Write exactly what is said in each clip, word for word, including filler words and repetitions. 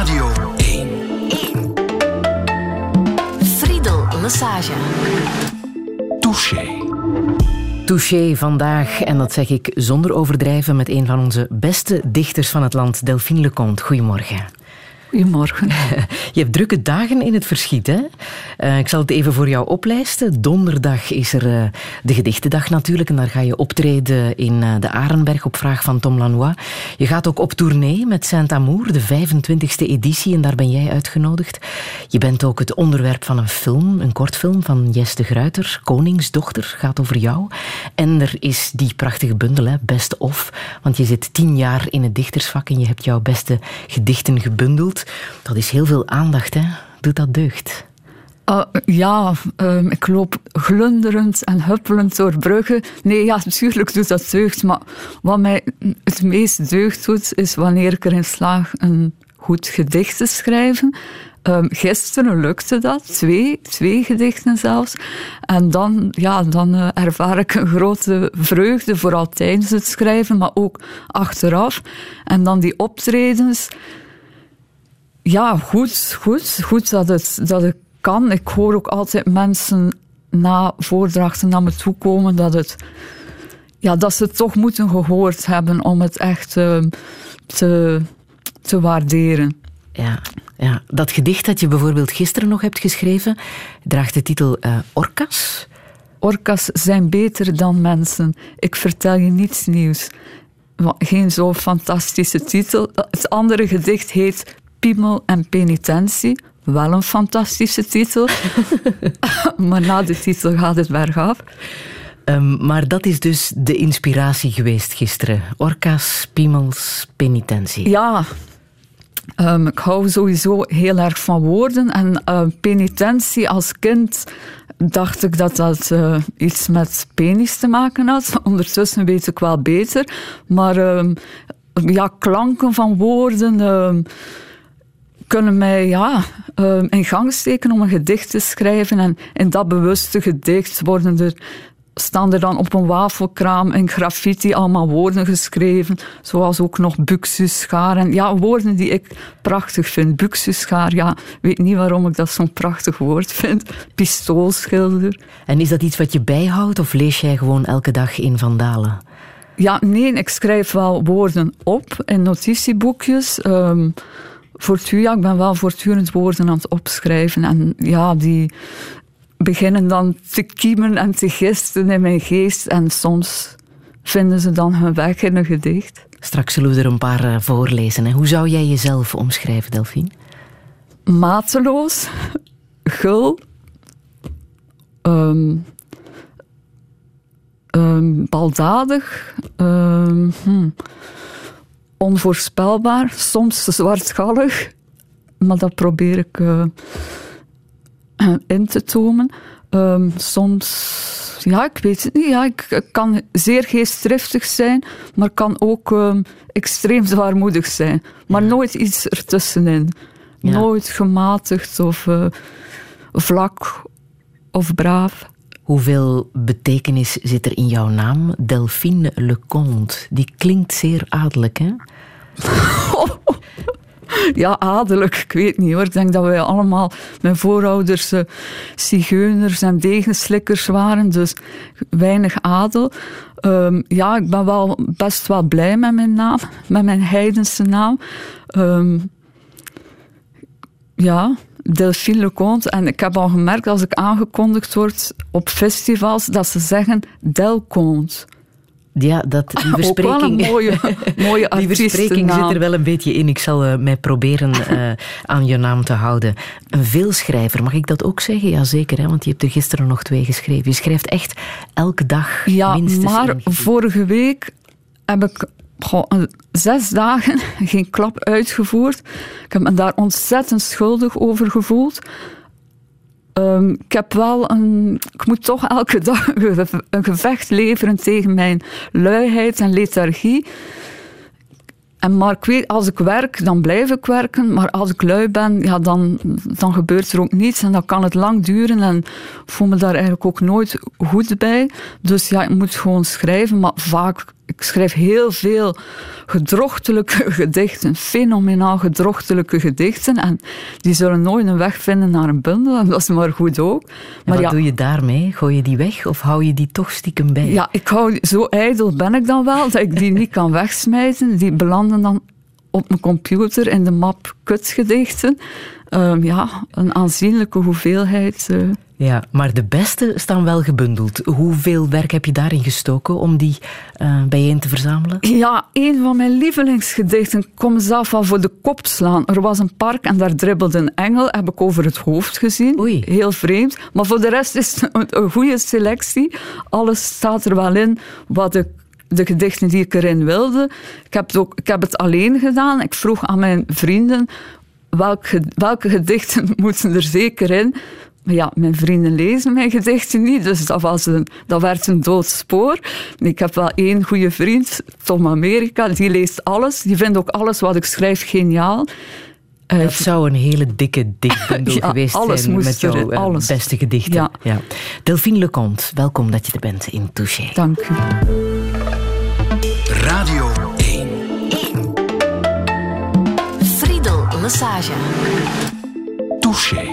Radio één. één. Friedel Lesage. Touché. Touché vandaag, en dat zeg ik zonder overdrijven, met een van onze beste dichters van het land, Delphine Leconte. Goedemorgen. Goedemorgen. Je hebt drukke dagen in het verschiet, hè? Uh, ik zal het even voor jou oplijsten. Donderdag is er uh, de gedichtendag natuurlijk. En daar ga je optreden in uh, de Arenberg op vraag van Tom Lanois. Je gaat ook op tournee met Saint-Amour, de vijfentwintigste editie. En daar ben jij uitgenodigd. Je bent ook het onderwerp van een film, een kortfilm van Jes de Gruyter. Koningsdochter, gaat over jou. En er is die prachtige bundel, hè, Best Of. Want je zit tien jaar in het dichtersvak en je hebt jouw beste gedichten gebundeld. Dat is heel veel aandacht, hè? Doet dat deugd? Uh, ja, um, ik loop glunderend en huppelend door bruggen. Nee, ja, natuurlijk doet dat deugd. Maar wat mij het meest deugd doet, is wanneer ik erin slaag een goed gedicht te schrijven. Um, gisteren lukte dat, twee, twee gedichten zelfs. En dan, ja, dan uh, ervaar ik een grote vreugde, vooral tijdens het schrijven, maar ook achteraf. En dan die optredens. Ja, goed, goed, goed dat het, dat het kan. Ik hoor ook altijd mensen na voordrachten naar me toe komen dat, het, ja, dat ze het toch moeten gehoord hebben om het echt uh, te, te waarderen. Ja, ja, dat gedicht dat je bijvoorbeeld gisteren nog hebt geschreven, draagt de titel uh, Orka's. Orka's zijn beter dan mensen. Ik vertel je niets nieuws. Geen zo fantastische titel. Het andere gedicht heet Piemel en Penitentie. Wel een fantastische titel. Maar na de titel gaat het bergaf. Um, maar dat is dus de inspiratie geweest gisteren. Orka's, piemels, penitentie. Ja. Um, ik hou sowieso heel erg van woorden. En uh, penitentie als kind dacht ik dat dat uh, iets met penis te maken had. Ondertussen weet ik wel beter. Maar um, ja, klanken van woorden Um, kunnen mij ja, uh, in gang steken om een gedicht te schrijven. En in dat bewuste gedicht worden er, staan er dan op een wafelkraam in graffiti allemaal woorden geschreven. Zoals ook nog buxuschaar. En ja, woorden die ik prachtig vind. Buxuschaar, ja, weet niet waarom ik dat zo'n prachtig woord vind. Pistoolschilder. En is dat iets wat je bijhoudt of lees jij gewoon elke dag in Van Dalen? Ja, nee, ik schrijf wel woorden op in notitieboekjes. Um, Voortdurend, ja, ik ben wel voortdurend woorden aan het opschrijven. En ja, die beginnen dan te kiemen en te gisten in mijn geest. En soms vinden ze dan hun weg in een gedicht. Straks zullen we er een paar uh, voorlezen. Hè. Hoe zou jij jezelf omschrijven, Delphine? Mateloos, gul, um, um, baldadig, um, hmm. onvoorspelbaar, soms zwartgallig, maar dat probeer ik uh, in te tomen. Um, soms, ja, ik weet het niet, ja, ik, ik kan zeer geestdriftig zijn, maar kan ook um, extreem zwaarmoedig zijn. Maar ja. Nooit iets ertussenin. Ja. Nooit gematigd of uh, vlak of braaf. Hoeveel betekenis zit er in jouw naam? Delphine Leconte. Die klinkt zeer adellijk, hè? Ja, adellijk, ik weet niet hoor. Ik denk dat wij allemaal, mijn voorouders, uh, zigeuners en degenslikkers waren, dus weinig adel. Um, ja, ik ben wel best wel blij met mijn naam, met mijn heidense naam. Um, ja... Delphine Leconte. En ik heb al gemerkt, als ik aangekondigd word op festivals, dat ze zeggen Delconte. Ja, dat, die verspreking, ook wel een mooie, mooie die verspreking zit er wel een beetje in. Ik zal uh, mij proberen uh, aan je naam te houden. Een veelschrijver, mag ik dat ook zeggen? Jazeker, hè? Want je hebt er gisteren nog twee geschreven. Je schrijft echt elke dag ja, minstens maar één. Vorige week heb ik Goh, zes dagen geen klap uitgevoerd. Ik heb me daar ontzettend schuldig over gevoeld. Um, ik heb wel een... Ik moet toch elke dag een gevecht leveren tegen mijn luiheid en lethargie. En maar ik weet, als ik werk, dan blijf ik werken. Maar als ik lui ben, ja, dan, dan gebeurt er ook niets. En dan kan het lang duren. En ik voel me daar eigenlijk ook nooit goed bij. Dus ja, ik moet gewoon schrijven. Maar vaak Ik schrijf heel veel gedrochtelijke gedichten, fenomenaal gedrochtelijke gedichten. En die zullen nooit een weg vinden naar een bundel. En dat is maar goed ook. Maar en wat ja, doe je daarmee? Gooi je die weg of hou je die toch stiekem bij? Ja, ik hou, zo ijdel ben ik dan wel, dat ik die niet kan wegsmijten. Die belanden dan op mijn computer in de map kutgedichten. Um, ja, een aanzienlijke hoeveelheid. Uh. Ja, maar de beste staan wel gebundeld. Hoeveel werk heb je daarin gestoken om die uh, bijeen te verzamelen? Ja, een van mijn lievelingsgedichten kon mezelf wel voor de kop slaan. Er was een park en daar dribbelde een engel. Heb ik over het hoofd gezien. Oei. Heel vreemd. Maar voor de rest is het een goede selectie. Alles staat er wel in wat ik de gedichten die ik erin wilde. Ik heb het, ook, ik heb het alleen gedaan. Ik vroeg aan mijn vrienden welke, welke gedichten moeten er zeker in. Maar ja, mijn vrienden lezen mijn gedichten niet, dus dat, was een, dat werd een dood spoor. Ik heb wel één goede vriend, Tom Amerika, die leest alles. Die vindt ook alles wat ik schrijf geniaal. Dat zou een hele dikke dichtbundel ja, geweest zijn met jouw uh, alles. beste gedichten. Ja. Ja. Delphine Leconte, welkom dat je er bent in Touché. Dank u. Radio één. Friedel Lesage. Touché.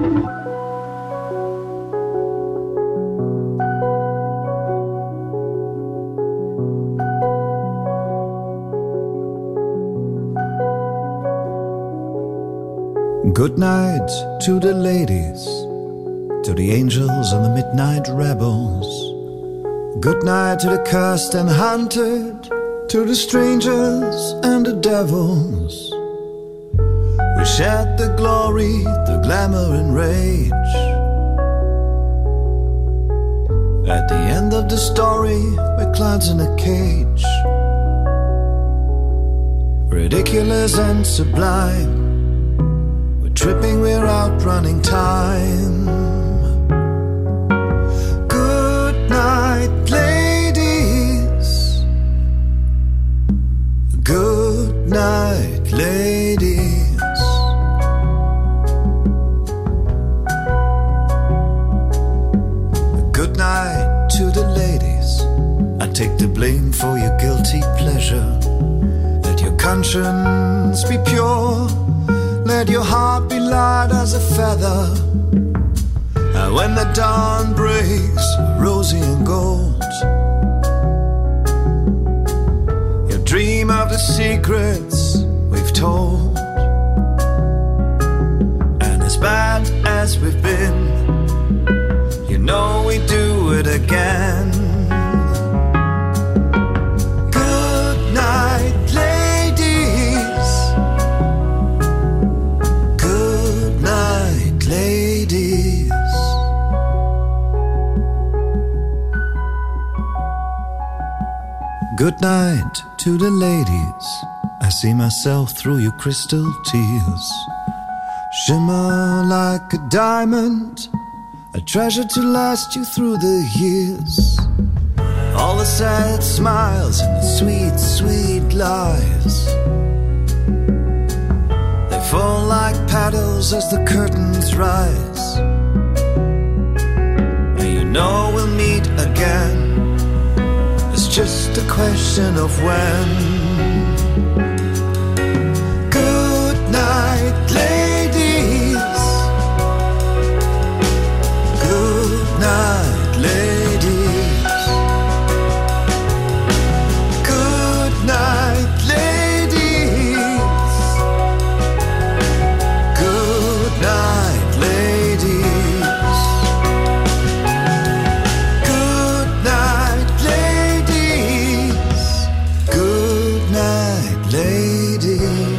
Good night to the ladies, to the angels and the midnight rebels. Good night to the cursed and hunted, to the strangers and the devils. We shared the glory, the glamour and rage. At the end of the story, we're clouds in a cage. Ridiculous and sublime, tripping, we're outrunning time. Good night, ladies. Good night, ladies. Good night to the ladies. I take the blame for your guilty pleasure. Let your conscience be pure. Let your heart be light as a feather. And when the dawn breaks, rosy and gold, you dream of the secrets we've told. And as bad as we've been, you know we do it again. Good night, ladies. Good night to the ladies. I see myself through your crystal tears. Shimmer like a diamond, a treasure to last you through the years. All the sad smiles and the sweet, sweet lies, they fall like petals as the curtains rise. And you know we'll meet again. It's just a question of when. Good night, ladies. Good night, ladies. Good night, ladies. Good night, ladies. Good night, ladies. Good night, ladies.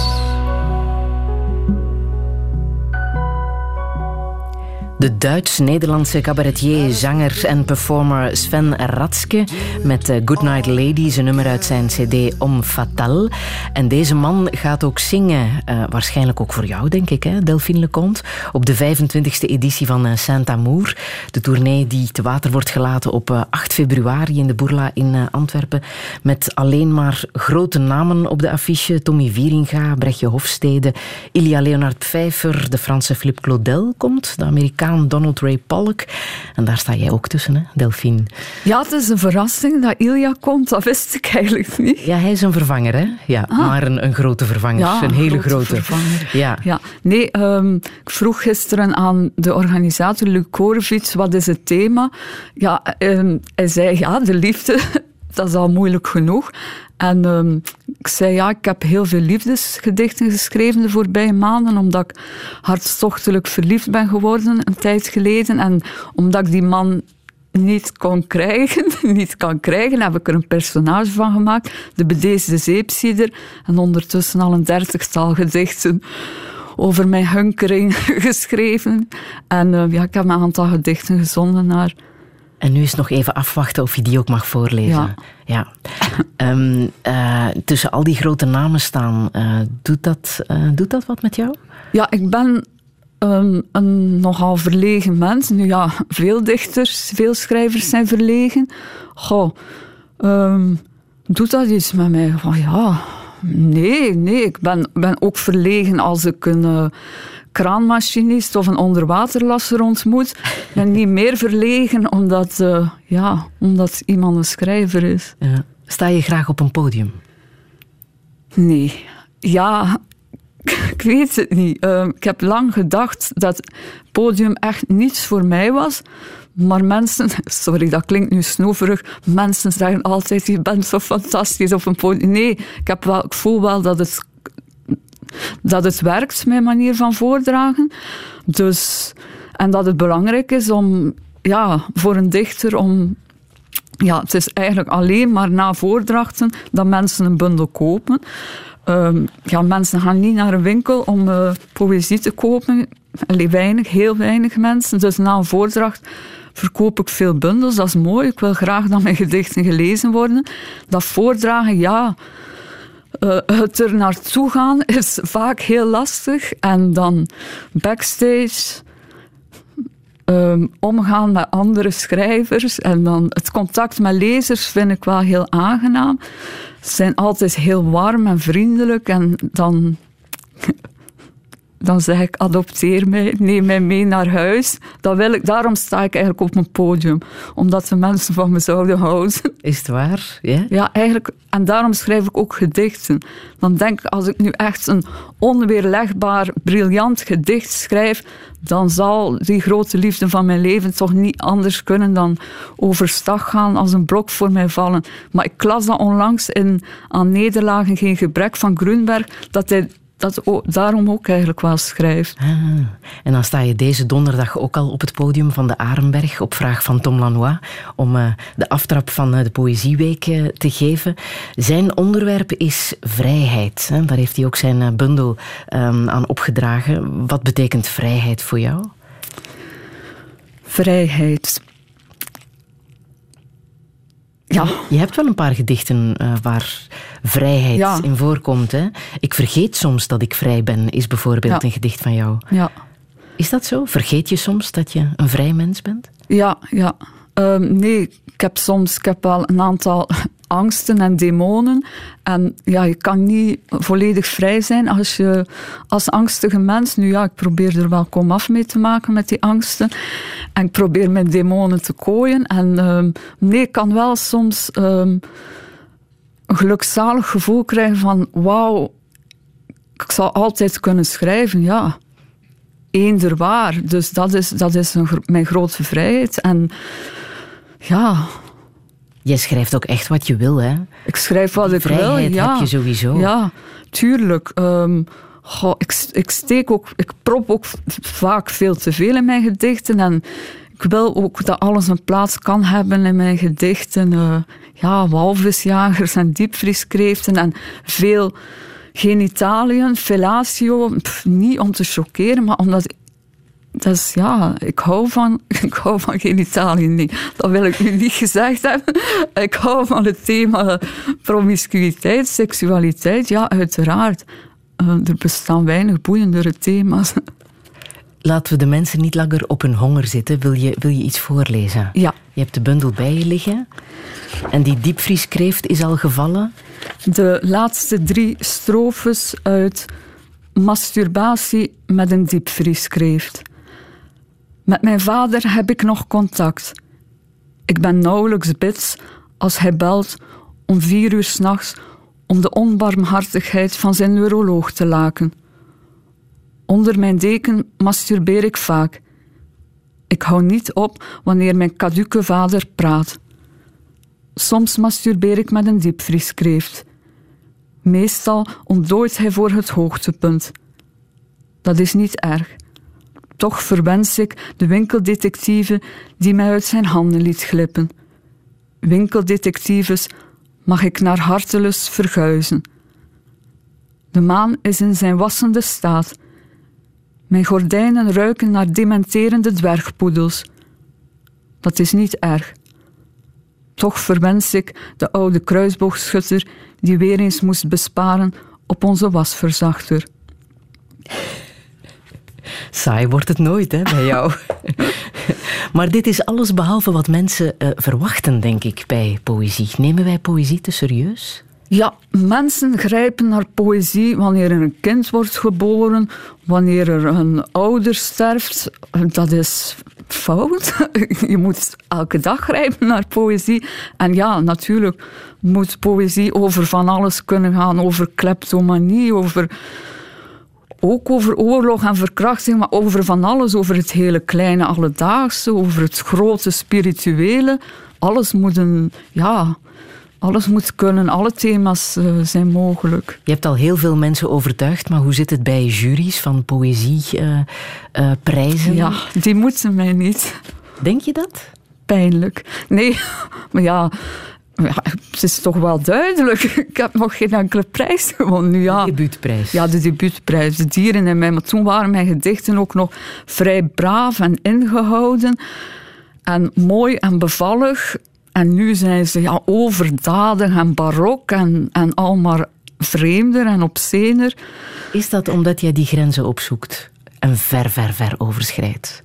De Duits-Nederlandse cabaretier, zanger en performer Sven Ratzke met Good Night Ladies, een nummer uit zijn cd Homme Fatale. En deze man gaat ook zingen, uh, waarschijnlijk ook voor jou, denk ik, hè, Delphine Leconte, op de vijfentwintigste editie van uh, Saint-Amour. De tournee die te water wordt gelaten op uh, acht februari in de Bourla in uh, Antwerpen. Met alleen maar grote namen op de affiche. Tommy Wieringa, Brechtje Hofstede, Ilia Leonard Pfeiffer, de Franse Philippe Claudel komt, de Amerikaanse staan, Donald Ray Pollock. En daar sta jij ook tussen, hè, Delphine? Ja, het is een verrassing dat Ilja komt. Dat wist ik eigenlijk niet. Ja, hij is een vervanger, hè? Ja, ah. maar een, een grote vervanger. Ja, een, een hele grote. grote. Vervanger. Ja. Ja. Nee, um, ik vroeg gisteren aan de organisator Luc Korevits, wat is het thema? Ja, um, hij zei, ja, de liefde, dat is al moeilijk genoeg. En um, ik zei, ja, ik heb heel veel liefdesgedichten geschreven de voorbije maanden, omdat ik hartstochtelijk verliefd ben geworden een tijd geleden. En omdat ik die man niet kon krijgen, niet kan krijgen, heb ik er een personage van gemaakt, de bedeesde zeepzieder, en ondertussen al een dertigtal gedichten over mijn hunkering geschreven. En uh, ja, ik heb een aantal gedichten gezonden naar. En nu is het nog even afwachten of je die ook mag voorlezen. Ja. ja. um, uh, tussen al die grote namen staan, uh, doet, dat, uh, doet dat wat met jou? Ja, ik ben um, een nogal verlegen mens. Nu ja, veel dichters, veel schrijvers zijn verlegen. Goh, um, doet dat iets met mij? Van ja, nee, nee. Ik ben, ben ook verlegen als ik een Uh, kraanmachinist of een onderwaterlasser ontmoet. Ik ben niet meer verlegen omdat, uh, ja, omdat iemand een schrijver is. Ja. Sta je graag op een podium? Nee. Ja, ik weet het niet. Uh, ik heb lang gedacht dat het podium echt niets voor mij was. Maar mensen, sorry, dat klinkt nu snoeverig, mensen zeggen altijd, je bent zo fantastisch op een podium. Nee, ik, heb wel, ik voel wel dat het dat het werkt, mijn manier van voordragen. Dus, en dat het belangrijk is om, ja, voor een dichter om, ja, het is eigenlijk alleen maar na voordrachten dat mensen een bundel kopen. Um, ja, mensen gaan niet naar een winkel om uh, poëzie te kopen. Allee, weinig, heel weinig mensen. Dus na een voordracht verkoop ik veel bundels. Dat is mooi. Ik wil graag dat mijn gedichten gelezen worden. Dat voordragen, ja, Uh, het er naartoe gaan is vaak heel lastig. En dan backstage um, omgaan met andere schrijvers. En dan het contact met lezers vind ik wel heel aangenaam. Ze zijn altijd heel warm en vriendelijk. En dan, dan zeg ik, adopteer mij, neem mij mee naar huis. Dat wil ik, daarom sta ik eigenlijk op mijn podium. Omdat de mensen van me zouden houden. Is het waar? Ja, ja, eigenlijk. En daarom schrijf ik ook gedichten. Dan denk ik, als ik nu echt een onweerlegbaar, briljant gedicht schrijf, dan zal die grote liefde van mijn leven toch niet anders kunnen dan overstag gaan als een blok voor mij vallen. Maar ik las dat onlangs in Aan nederlagen geen gebrek van Grunberg, dat hij dat ook, daarom ook eigenlijk wel schrijft. Ah, en dan sta je deze donderdag ook al op het podium van de Arenberg op vraag van Tom Lanois om uh, de aftrap van uh, de Poëzieweek uh, te geven. Zijn onderwerp is vrijheid. Hè? Daar heeft hij ook zijn uh, bundel um, aan opgedragen. Wat betekent vrijheid voor jou? Vrijheid. Ja. Je hebt wel een paar gedichten uh, waar vrijheid ja. in voorkomt. Hè? Ik vergeet soms dat ik vrij ben, is bijvoorbeeld ja. een gedicht van jou. Ja. Is dat zo? Vergeet je soms dat je een vrij mens bent? Ja, ja. Um, nee, ik heb soms ik heb wel een aantal angsten en demonen. En ja, je kan niet volledig vrij zijn als je als angstige mens. Nu ja, ik probeer er wel komaf mee te maken met die angsten. En ik probeer mijn demonen te kooien. En um, nee, ik kan wel soms um, een gelukzalig gevoel krijgen van wauw, ik zal altijd kunnen schrijven, ja. Eender waar. Dus dat is, dat is een, mijn grote vrijheid. En ja. Jij schrijft ook echt wat je wil, hè? Ik schrijf wat Die ik wil, vrijheid ja. heb je sowieso. Ja, tuurlijk. Um, goh, ik, ik steek ook, ik prop ook vaak veel te veel in mijn gedichten. En ik wil ook dat alles een plaats kan hebben in mijn gedichten. Uh, ja, walvisjagers en diepvrieskreeften en veel genitaliën, fellatio. Pff, niet om te choqueren, maar omdat dat is, ja, ik hou van, ik hou van genitaliën. Nee, dat wil ik nu niet gezegd hebben. Ik hou van het thema promiscuïteit, seksualiteit. Ja, uiteraard. Uh, er bestaan weinig boeiendere thema's. Laten we de mensen niet langer op hun honger zitten. Wil je, wil je iets voorlezen? Ja. Je hebt de bundel bij je liggen. En die diepvrieskreeft is al gevallen? De laatste drie strofes uit Masturbatie met een diepvrieskreeft. Met mijn vader heb ik nog contact. Ik ben nauwelijks bits als hij belt om vier uur 's nachts om de onbarmhartigheid van zijn neuroloog te laken. Onder mijn deken masturbeer ik vaak. Ik hou niet op wanneer mijn caduce vader praat. Soms masturbeer ik met een diepvrieskreeft. Meestal ontdooit hij voor het hoogtepunt. Dat is niet erg. Toch verwens ik de winkeldetectieve die mij uit zijn handen liet glippen. Winkeldetectives mag ik naar hartelust verguizen. De maan is in zijn wassende staat. Mijn gordijnen ruiken naar dementerende dwergpoedels. Dat is niet erg. Toch verwens ik de oude kruisboogschutter die weer eens moest besparen op onze wasverzachter. Saai wordt het nooit, hè, bij jou. Maar dit is alles behalve wat mensen uh, verwachten, denk ik, bij poëzie. Nemen wij poëzie te serieus? Ja, mensen grijpen naar poëzie wanneer er een kind wordt geboren, wanneer er een ouder sterft. Dat is fout. Je moet elke dag grijpen naar poëzie. En ja, natuurlijk moet poëzie over van alles kunnen gaan. Over kleptomanie, over... ook over oorlog en verkrachting, maar over van alles. Over het hele kleine alledaagse, over het grote spirituele. Alles moet een... ja... Alles moet kunnen, alle thema's uh, zijn mogelijk. Je hebt al heel veel mensen overtuigd, maar hoe zit het bij juries van poëzieprijzen? Uh, uh, ja, die moeten mij niet. Denk je dat? Pijnlijk. Nee, maar ja, ja, het is toch wel duidelijk. Ik heb nog geen enkele prijs gewonnen. Nu, ja, de debuutprijs. Ja, de debuutprijs. De dieren in mij. Maar toen waren mijn gedichten ook nog vrij braaf en ingehouden. En mooi en bevallig. En nu zijn ze ja, overdadig en barok en, en al maar vreemder en obscener. Is dat omdat jij die grenzen opzoekt en ver, ver, ver overschrijdt?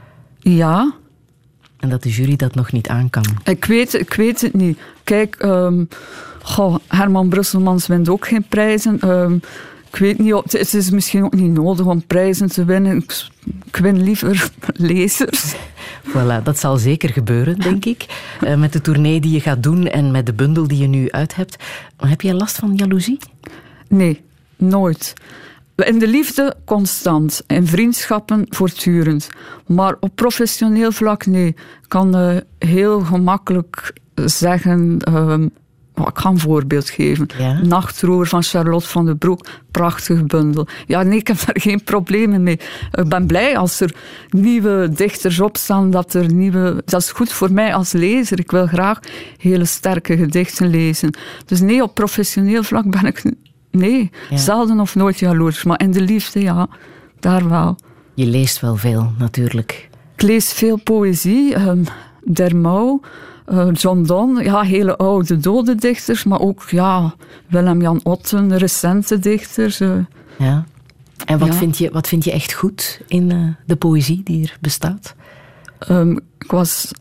Ja. En dat de jury dat nog niet aan kan? Ik weet, ik weet het niet. Kijk, um, goh, Herman Brusselmans wint ook geen prijzen. Um, ik weet niet, het is misschien ook niet nodig om prijzen te winnen. Ik, ik win liever lezers. Voilà, dat zal zeker gebeuren, denk ik. Uh, met de tournee die je gaat doen en met de bundel die je nu uit hebt. Heb jij last van jaloezie? Nee, nooit. In de liefde constant. In vriendschappen voortdurend. Maar op professioneel vlak, nee. Ik kan uh, heel gemakkelijk zeggen... Uh, ik ga een voorbeeld geven. Ja? Nachtroer van Charlotte van den Broek. Prachtig bundel. Ja, nee, ik heb daar geen problemen mee. Ik ben blij als er nieuwe dichters opstaan. Dat, er nieuwe, dat is goed voor mij als lezer. Ik wil graag hele sterke gedichten lezen. Dus nee, op professioneel vlak ben ik... Nee, ja. zelden of nooit jaloers. Maar in de liefde, ja, daar wel. Je leest wel veel, natuurlijk. Ik lees veel poëzie. Um, Dermau... Uh, John Donne, ja, hele oude dode dichters, maar ook ja, Willem-Jan Otten, recente dichters. Uh. Ja. En wat, ja. vind je, wat vind je echt goed in uh, de poëzie die er bestaat? Um, ik was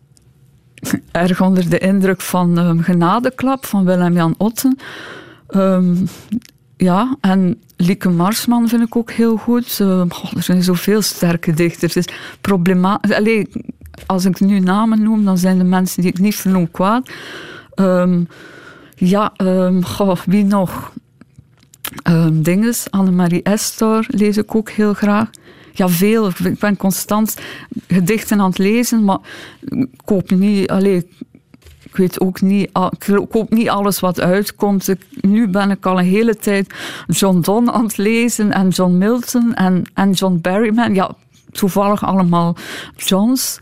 erg onder de indruk van um, Genadeklap van Willem-Jan Otten. Um, ja, en Lieke Marsman vind ik ook heel goed. Uh, oh, er zijn zoveel sterke dichters. Het is problematisch. Allee, als ik nu namen noem, dan zijn de mensen die ik niet vernoem kwaad. Um, ja, um, goh, wie nog? Um, dinges, Annemarie Estor lees ik ook heel graag. Ja, veel. Ik ben constant gedichten aan het lezen, maar ik koop niet... Allez, ik weet ook niet... Ik koop niet alles wat uitkomt. Ik, nu ben ik al een hele tijd John Donne aan het lezen en John Milton en, en John Berryman. Ja, toevallig allemaal Johns.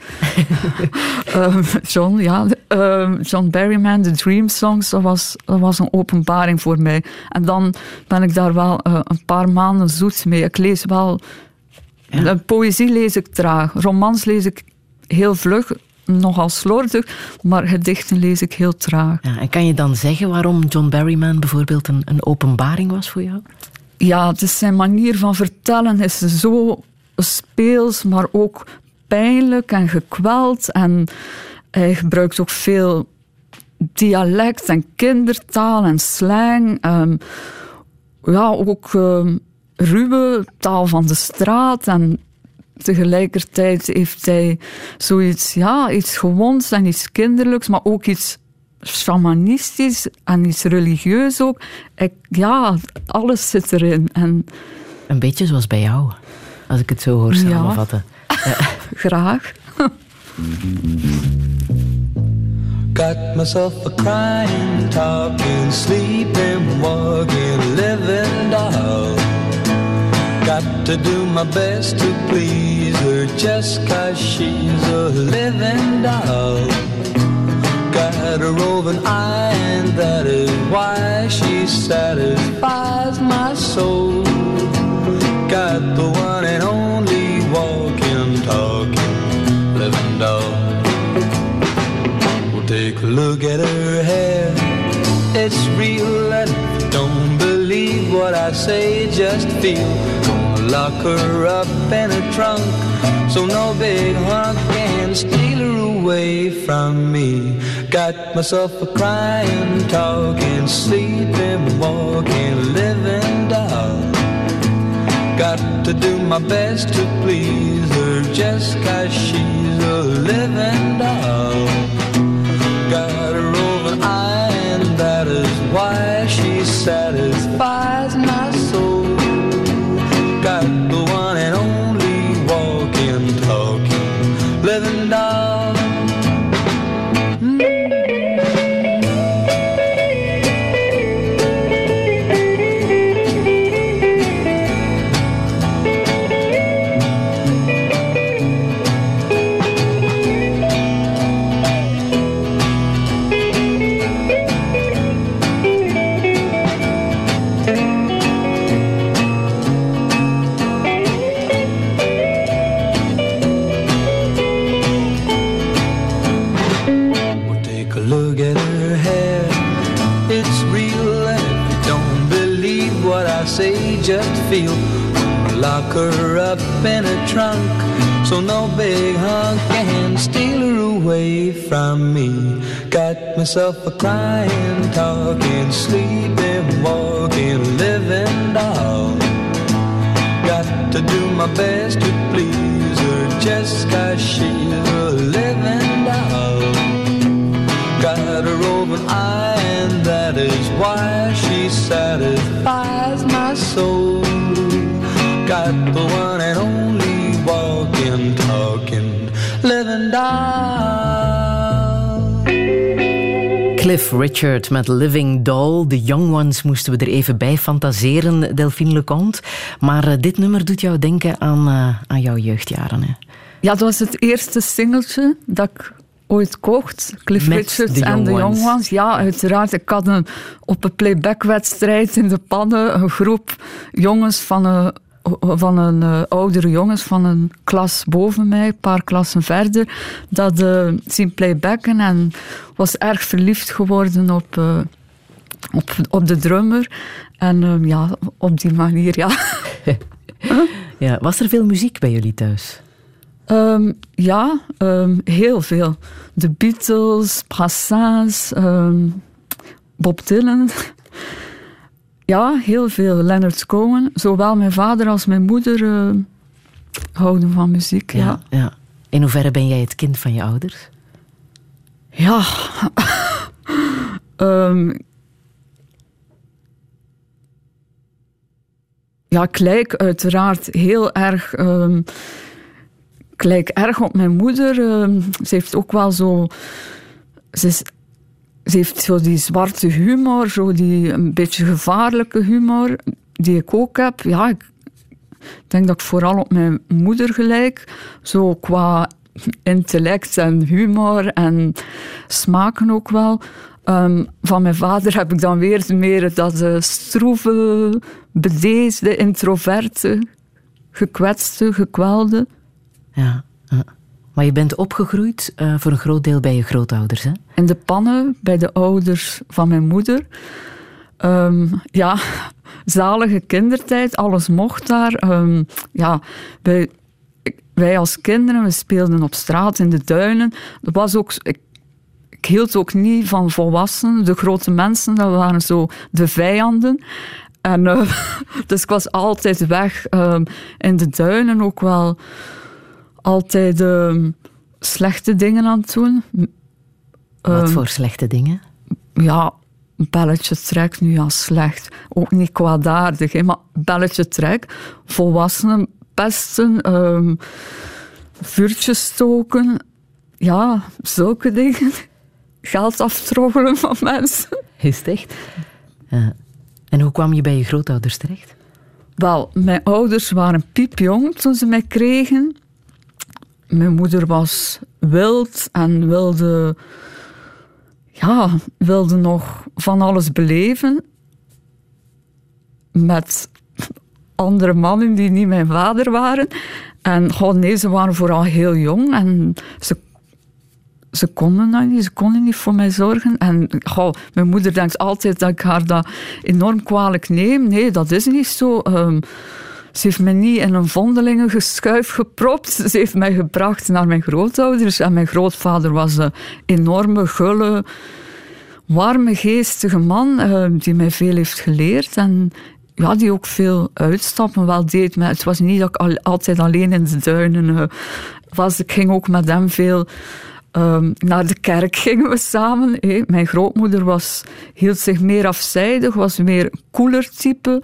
um, John, ja. Um, John Berryman, The Dream Songs, dat was, dat was een openbaring voor mij. En dan ben ik daar wel uh, een paar maanden zoet mee. Ik lees wel... Ja. Poëzie lees ik traag. Romans lees ik heel vlug, nogal slordig, maar gedichten lees ik heel traag. Ja, en kan je dan zeggen waarom John Berryman bijvoorbeeld een, een openbaring was voor jou? Ja, dus zijn manier van vertellen is zo speels, maar ook pijnlijk en gekweld. En hij gebruikt ook veel dialect en kindertaal en slang. Um, ja, ook um, ruwe taal van de straat. En tegelijkertijd heeft hij zoiets, ja, iets gewons en iets kinderlijks, maar ook iets shamanistisch en iets religieus ook. Ik, ja, alles zit erin. En een beetje zoals bij jou, als ik het zo hoor samenvatten. Ja. Graag. Got myself a crying, talking, sleeping, walking, living doll. Got to do my best to please her just 'cause she's a living doll. Got a roving eye and that is why she satisfies my soul. Got the one and only walking, talking, living doll. Well, take a look at her hair, it's real and if you don't believe what I say, just feel. Gonna lock her up in a trunk so no big hunk can steal her away from me. Got myself a crying, talking, sleeping, walking, living doll. Got to do my best to please her just 'cause she's a living doll. Got a roving eye and that is why she satisfies my soul. Got the one and only walking, talking, living doll. Just feel, lock her up in a trunk so no big hunk can steal her away from me. Got myself a crying, talking, sleeping, walking, living doll. Got to do my best to please her just 'cause she's a living doll. Got a roving eye and that is why she satisfies my soul. Got the one and only walking, talking, living doll. Cliff Richard met Living Doll. The Young Ones moesten we er even bij fantaseren, Delphine Leconte. Maar uh, dit nummer doet jou denken aan, uh, aan jouw jeugdjaren. Hè? Ja, dat was het eerste singeltje dat ik ooit kocht. Cliff Met Richard en The Young Ones. Ja, uiteraard. Ik had een, op een playbackwedstrijd in de Pannen een groep jongens van een, van een uh, oudere jongens van een klas boven mij, een paar klassen verder, dat uh, zien playbacken en was erg verliefd geworden op, uh, op, op de drummer. En uh, ja, op die manier, ja. huh? Ja. Was er veel muziek bij jullie thuis? Um, ja, um, heel veel. De Beatles, Brassens, um, Bob Dylan. Ja, heel veel. Leonard Cohen. Zowel mijn vader als mijn moeder uh, houden van muziek. Ja, ja. Ja. In hoeverre ben jij het kind van je ouders? Ja. um, ja, ik lijk uiteraard heel erg... Um, Ik lijk erg op mijn moeder. Uh, ze heeft ook wel zo... Ze, is, ze heeft zo die zwarte humor, zo die een beetje gevaarlijke humor, die ik ook heb. Ja, ik denk dat ik vooral op mijn moeder gelijk. Zo qua intellect en humor en smaken ook wel. Um, van mijn vader heb ik dan weer meer dat uh, stroeve, bedeesde, introverte, gekwetste, gekwelde. Ja, ja. Maar je bent opgegroeid uh, voor een groot deel bij je grootouders, hè? In de Pannen, bij de ouders van mijn moeder. Um, ja, zalige kindertijd, alles mocht daar. Um, ja, wij, wij als kinderen, we speelden op straat in de duinen. Dat was ook... Ik, ik hield ook niet van volwassenen. De grote mensen, dat waren zo de vijanden. En, uh, dus ik was altijd weg um, in de duinen ook wel... altijd uh, slechte dingen aan het doen. Wat Um, voor slechte dingen? Ja, belletje trek, nu ja, slecht. Ook niet kwaadaardig, hè, maar belletje trek. Volwassenen pesten, um, vuurtjes stoken. Ja, zulke dingen. Geld aftroggelen van mensen. Is het echt? Ja. En hoe kwam je bij je grootouders terecht? Wel, mijn ouders waren piepjong toen ze mij kregen. Mijn moeder was wild en wilde, ja, wilde nog van alles beleven. Met andere mannen die niet mijn vader waren. En goh, nee, ze waren vooral heel jong en ze Ze konden dat niet, ze konden niet voor mij zorgen. En goh, mijn moeder denkt altijd dat ik haar dat enorm kwalijk neem. Nee, dat is niet zo. Um, ze heeft me niet in een vondelingengeschuif gepropt. Ze heeft mij gebracht naar mijn grootouders. En mijn grootvader was een enorme, gulle, warme, geestige man uh, die mij veel heeft geleerd. En ja, die ook veel uitstappen wel deed. Maar het was niet dat ik al, altijd alleen in de duinen uh, was. Ik ging ook met hem veel... Um, naar de kerk gingen we samen. Hey. Mijn grootmoeder was, hield zich meer afzijdig, was meer een koeler type.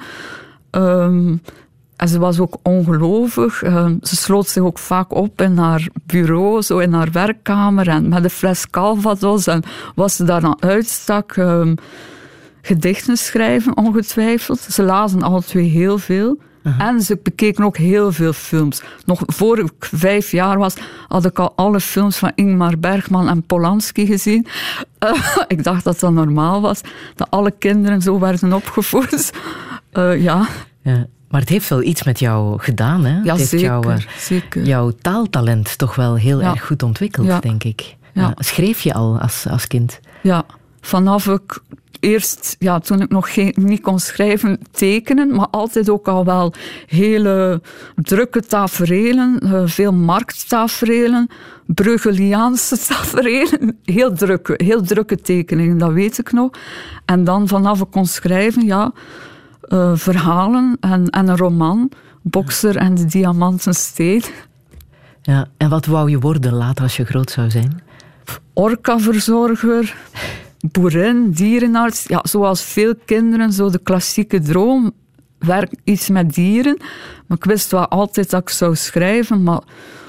Um, en ze was ook ongelovig. Um, ze sloot zich ook vaak op in haar bureau, zo in haar werkkamer, en met een fles Calvados. En wat ze daar dan uitstak, um, gedichten schrijven, ongetwijfeld. Ze lazen alle twee heel veel. Uh-huh. En ze bekeken ook heel veel films. Nog voor ik vijf jaar was, had ik al alle films van Ingmar Bergman en Polanski gezien. Uh, ik dacht dat dat normaal was, dat alle kinderen zo werden opgevoed. Uh, ja. ja. Maar het heeft wel iets met jou gedaan, hè? Ja, het heeft zeker, jou, uh, zeker. Jouw taaltalent toch wel heel ja. erg goed ontwikkeld, ja. denk ik. Ja. Ja. Schreef je al als, als kind? Ja, vanaf ik... Eerst, ja, toen ik nog geen, niet kon schrijven, tekenen, maar altijd ook al wel hele drukke taferelen, uh, veel markttaferelen, Bruegeliaanse taferelen, heel drukke, heel drukke tekeningen, dat weet ik nog. En dan vanaf ik kon schrijven, ja, uh, verhalen en, en een roman, Bokser en de Diamanten Steen. Ja, en wat wou je worden later als je groot zou zijn? Orkaverzorger, boerin, dierenarts. Ja, zoals veel kinderen, zo de klassieke droom. Werk iets met dieren. Maar ik wist wel altijd dat ik zou schrijven. Maar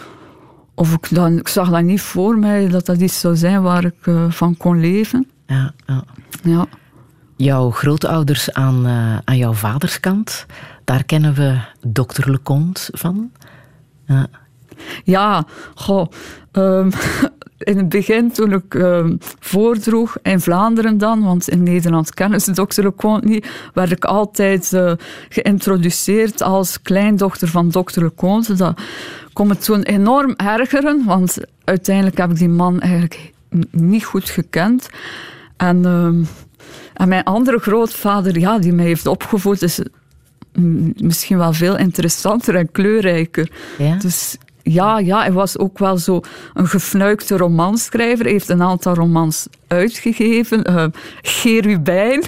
of ik, dan, ik zag dat niet voor mij, dat dat iets zou zijn waar ik uh, van kon leven. Ja, ja. Ja. Jouw grootouders aan, uh, aan jouw vaderskant, daar kennen we dokter Leconte van. Ja, ja goh... Um, in het begin, toen ik um, voordroeg, in Vlaanderen dan, want in Nederland kennen ze dokter Leconte niet, werd ik altijd uh, geïntroduceerd als kleindochter van dokter Leconte. Dat kon me toen enorm ergeren, want uiteindelijk heb ik die man eigenlijk niet goed gekend. En, um, en mijn andere grootvader, ja, die mij heeft opgevoed, is misschien wel veel interessanter en kleurrijker. Ja? Dus... Ja, ja, hij was ook wel zo een gefnuikte romanschrijver. Hij heeft een aantal romans uitgegeven. Uh, Cherubijn,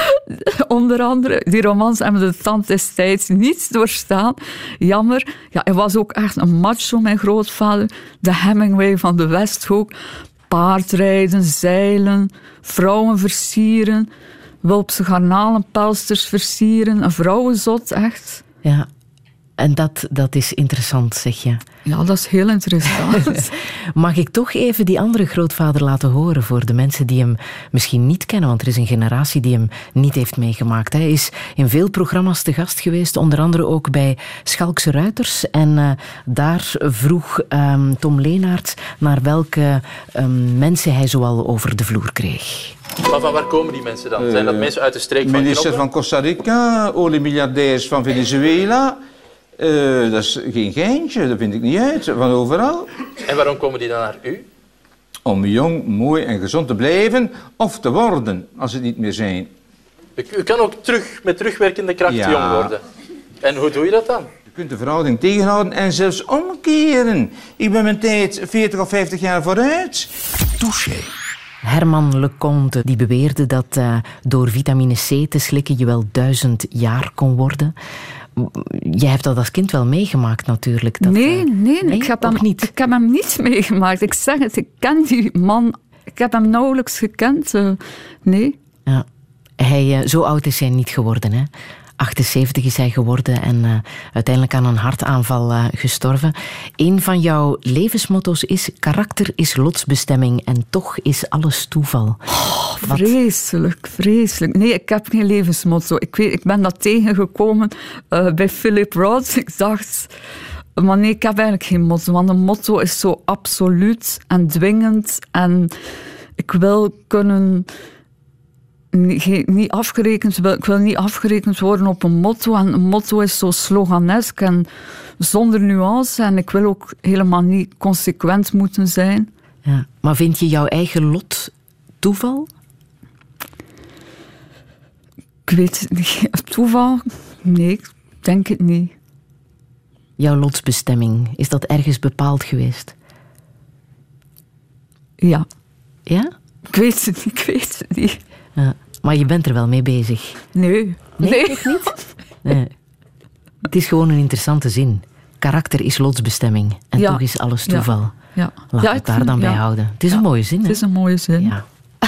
onder andere. Die romans hebben de tand des tijds niet doorstaan. Jammer. Ja, hij was ook echt een macho, mijn grootvader. De Hemingway van de Westhoek. Paardrijden, zeilen, vrouwen versieren, Wulpse garnalenpelsters versieren. Een vrouwenzot, echt. Ja. En dat, dat is interessant, zeg je. Ja, dat is heel interessant. Mag ik toch even die andere grootvader laten horen voor de mensen die hem misschien niet kennen, want er is een generatie die hem niet heeft meegemaakt. Hij is in veel programma's te gast geweest, onder andere ook bij Schalkse Ruiters. En uh, daar vroeg um, Tom Leenaert naar welke um, mensen hij zoal over de vloer kreeg. Maar van waar komen die mensen dan? Zijn dat mensen uit de streek van Minister Knoppen? van Costa Rica, oliemiljardairs van Venezuela... Uh, dat is geen geintje, dat vind ik niet uit. Van overal. En waarom komen die dan naar u? Om jong, mooi en gezond te blijven of te worden, als het niet meer zijn. U, u kan ook terug, met terugwerkende kracht Ja. jong worden. En hoe doe je dat dan? Je kunt de verhouding tegenhouden en zelfs omkeren. Ik ben mijn tijd veertig of vijftig jaar vooruit. Touché. Herman Leconte die beweerde dat uh, door vitamine C te slikken je wel duizend jaar kon worden. jij hebt dat als kind wel meegemaakt natuurlijk. Dat, nee, uh, nee, nee, ik, heb hem, niet. ik heb hem niet meegemaakt. Ik zeg het, ik ken die man. Ik heb hem nauwelijks gekend. Uh, nee. Ja. Hij, uh, zo oud is hij niet geworden, hè? achtenzeventig is hij geworden en uh, uiteindelijk aan een hartaanval uh, gestorven. Een van jouw levensmotto's is: karakter is lotsbestemming en toch is alles toeval. Oh, vreselijk, vreselijk. Nee, ik heb geen levensmotto. Ik, weet, ik ben dat tegengekomen uh, bij Philip Roth. Ik dacht... Maar nee, ik heb eigenlijk geen motto. Want een motto is zo absoluut en dwingend. En ik wil kunnen... Niet, niet afgerekend, ik wil niet afgerekend worden op een motto. En een motto is zo sloganesk en zonder nuance. En ik wil ook helemaal niet consequent moeten zijn. Ja, maar vind je jouw eigen lot toeval? Ik weet het niet. Toeval? Nee, ik denk het niet. Jouw lotsbestemming, is dat ergens bepaald geweest? Ja. Ja? Ik weet het niet, ik weet het niet. Ja, maar je bent er wel mee bezig. Nee. Nee, nee. echt niet? Nee. Het is gewoon een interessante zin. Karakter is lotsbestemming en ja. toch is alles toeval. Ja. Ja. Laat ja, het daar dan bij ja. houden. Het is ja. een mooie zin, hè? Het is een mooie zin. Ja.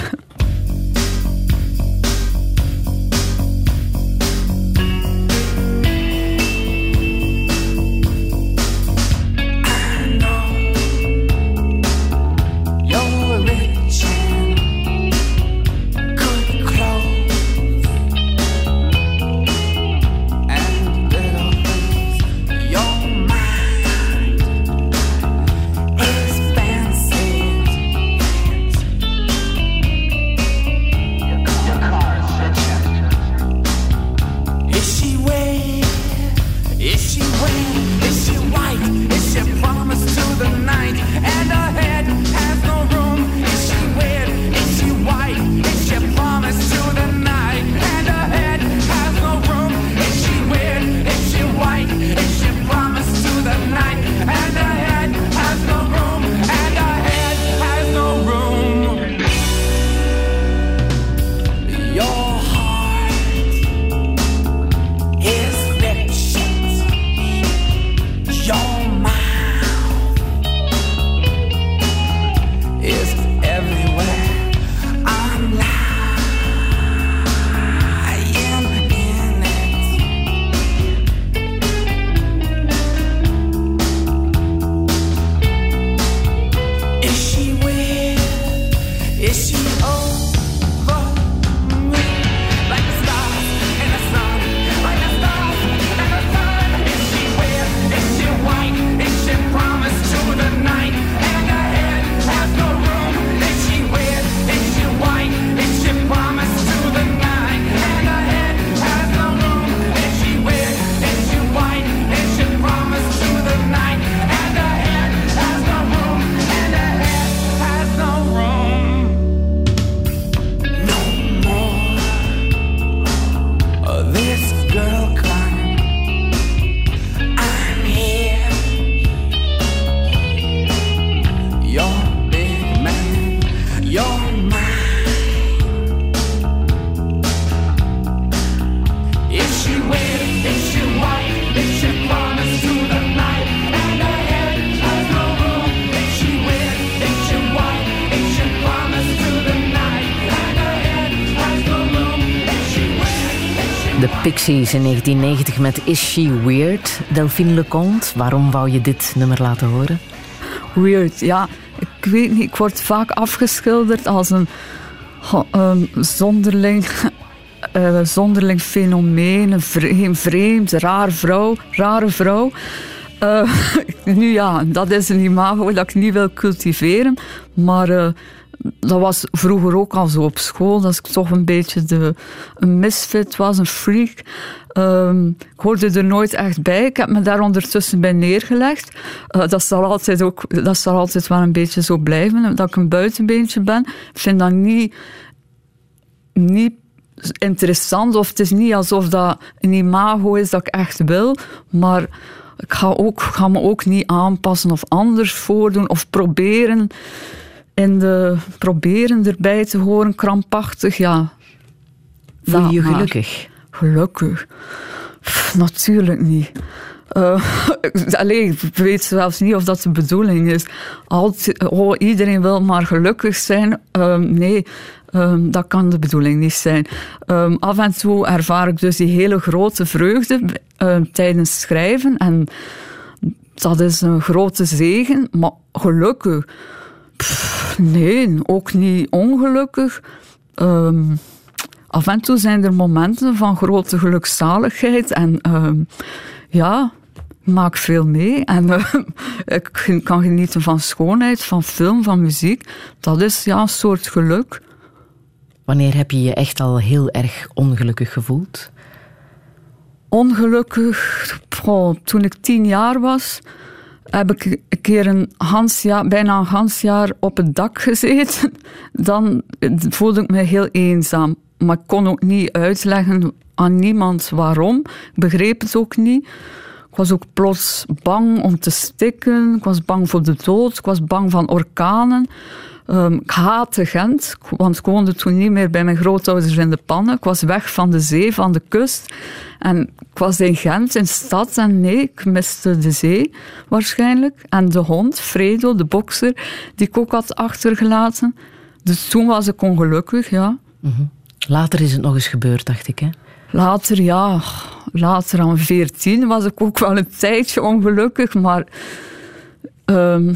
Pixies in negentien negentig met Is She Weird? Delphine Leconte, waarom wou je dit nummer laten horen? Weird, ja. Ik weet niet, ik word vaak afgeschilderd als een um, zonderling, uh, zonderling fenomeen, een vreemd, vreemd, raar vrouw, rare vrouw. Uh, nu ja, dat is een imago dat ik niet wil cultiveren, maar... Uh, Dat was vroeger ook al zo op school, dat ik toch een beetje de, een misfit was, een freak. Um, ik hoorde er nooit echt bij. Ik heb me daar ondertussen bij neergelegd. Uh, dat, zal altijd ook, dat zal altijd wel een beetje zo blijven, dat ik een buitenbeentje ben. Ik vind dat niet, niet interessant, of het is niet alsof dat een imago is dat ik echt wil, maar ik ga, ook, ga me ook niet aanpassen of anders voordoen of proberen... En de proberen erbij te horen, krampachtig, ja. Voel je je gelukkig? Gelukkig. Pff, natuurlijk niet. Uh, allee, ik weet zelfs niet of dat de bedoeling is. Altijd, oh, iedereen wil maar gelukkig zijn. Um, nee, um, dat kan de bedoeling niet zijn. Um, af en toe ervaar ik dus die hele grote vreugde um, tijdens schrijven. En dat is een grote zegen. Maar gelukkig? Pff, nee, ook niet ongelukkig. Um, af en toe zijn er momenten van grote gelukzaligheid. En um, ja... Ik maak veel mee en uh, ik kan genieten van schoonheid, van film, van muziek. Dat is ja, een soort geluk. Wanneer heb je je echt al heel erg ongelukkig gevoeld? Ongelukkig? Oh, toen ik tien jaar was, heb ik een keer een gans jaar, bijna een gans jaar op het dak gezeten. Dan voelde ik me heel eenzaam. Maar ik kon ook niet uitleggen aan niemand waarom. Ik begreep het ook niet. Ik was ook plots bang om te stikken. Ik was bang voor de dood. Ik was bang van orkanen. Um, ik haatte Gent, want ik woonde toen niet meer bij mijn grootouders in de Pannen. Ik was weg van de zee, van de kust. En ik was in Gent, in de stad. En nee, ik miste de zee waarschijnlijk. En de hond, Fredo, de bokser, die ik ook had achtergelaten. Dus toen was ik ongelukkig, ja. Mm-hmm. Later is het nog eens gebeurd, dacht ik, hè? Later, ja. Later aan veertien was ik ook wel een tijdje ongelukkig, maar... Um,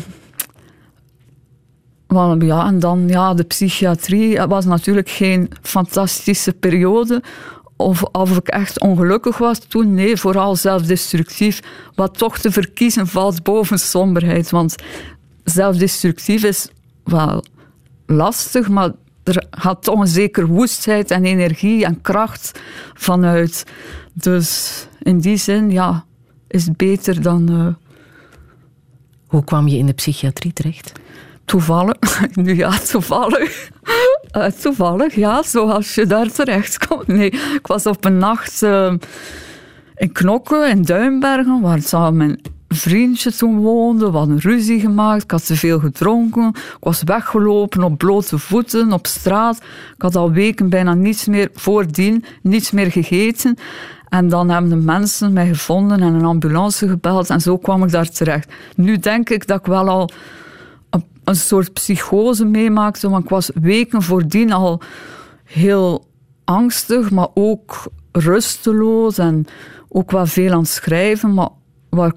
wel, ja, en dan, ja, de psychiatrie. Het was natuurlijk geen fantastische periode. Of, of ik echt ongelukkig was toen, nee, vooral zelfdestructief. Wat toch te verkiezen valt boven somberheid. Want zelfdestructief is wel lastig, maar er gaat toch een zekere woestheid en energie en kracht vanuit. Dus in die zin, ja, is het beter dan... Uh... Hoe kwam je in de psychiatrie terecht? Toevallig. Nu ja, toevallig. Uh, toevallig, ja, zoals je daar terecht komt. Nee, ik was op een nacht uh, in Knokke, in Duinbergen, waar samen mijn vriendje toen woonde. We hadden ruzie gemaakt, ik had te veel gedronken. Ik was weggelopen op blote voeten, op straat. Ik had al weken bijna niets meer, voordien niets meer gegeten. En dan hebben de mensen mij gevonden en een ambulance gebeld. En zo kwam ik daar terecht. Nu denk ik dat ik wel al een, een soort psychose meemaakte. Want ik was weken voordien al heel angstig, maar ook rusteloos. En ook wel veel aan het schrijven. Maar waar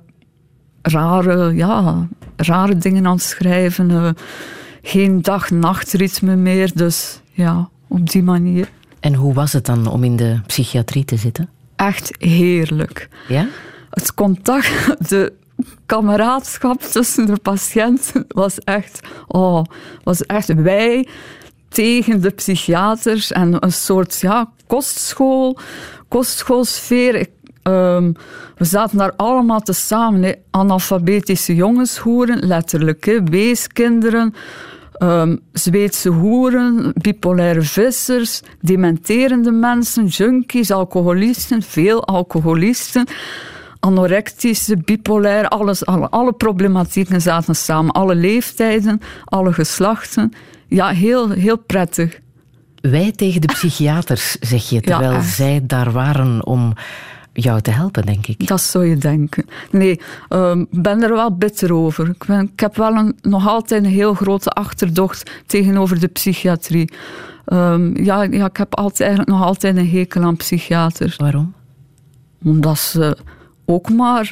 rare, ja, rare dingen aan het schrijven. Uh, geen dag-nachtritme meer. Dus ja, op die manier. En hoe was het dan om in de psychiatrie te zitten? Echt heerlijk. Ja? Het contact, de kameraadschap tussen de patiënten was echt... Oh, was echt wij tegen de psychiaters en een soort ja, kostschool, kostschoolsfeer. Ik, um, we zaten daar allemaal tezamen. Hè. Analfabetische jongenshoeren, letterlijk. Hè. Weeskinderen... Um, Zweedse hoeren, bipolaire vissers, dementerende mensen, junkies, alcoholisten, veel alcoholisten, anorectische, bipolair, alles, alle, alle problematieken zaten samen. Alle leeftijden, alle geslachten. Ja, heel, heel prettig. Wij tegen de psychiaters, zeg je, terwijl ja, zij daar waren om jou te helpen, denk ik. Dat zou je denken. Nee, ik um, ben er wel bitter over. Ik, ben, ik heb wel een, nog altijd een heel grote achterdocht tegenover de psychiatrie. Um, ja, ja, ik heb altijd, eigenlijk nog altijd een hekel aan psychiaters. Waarom? Omdat ze ook maar...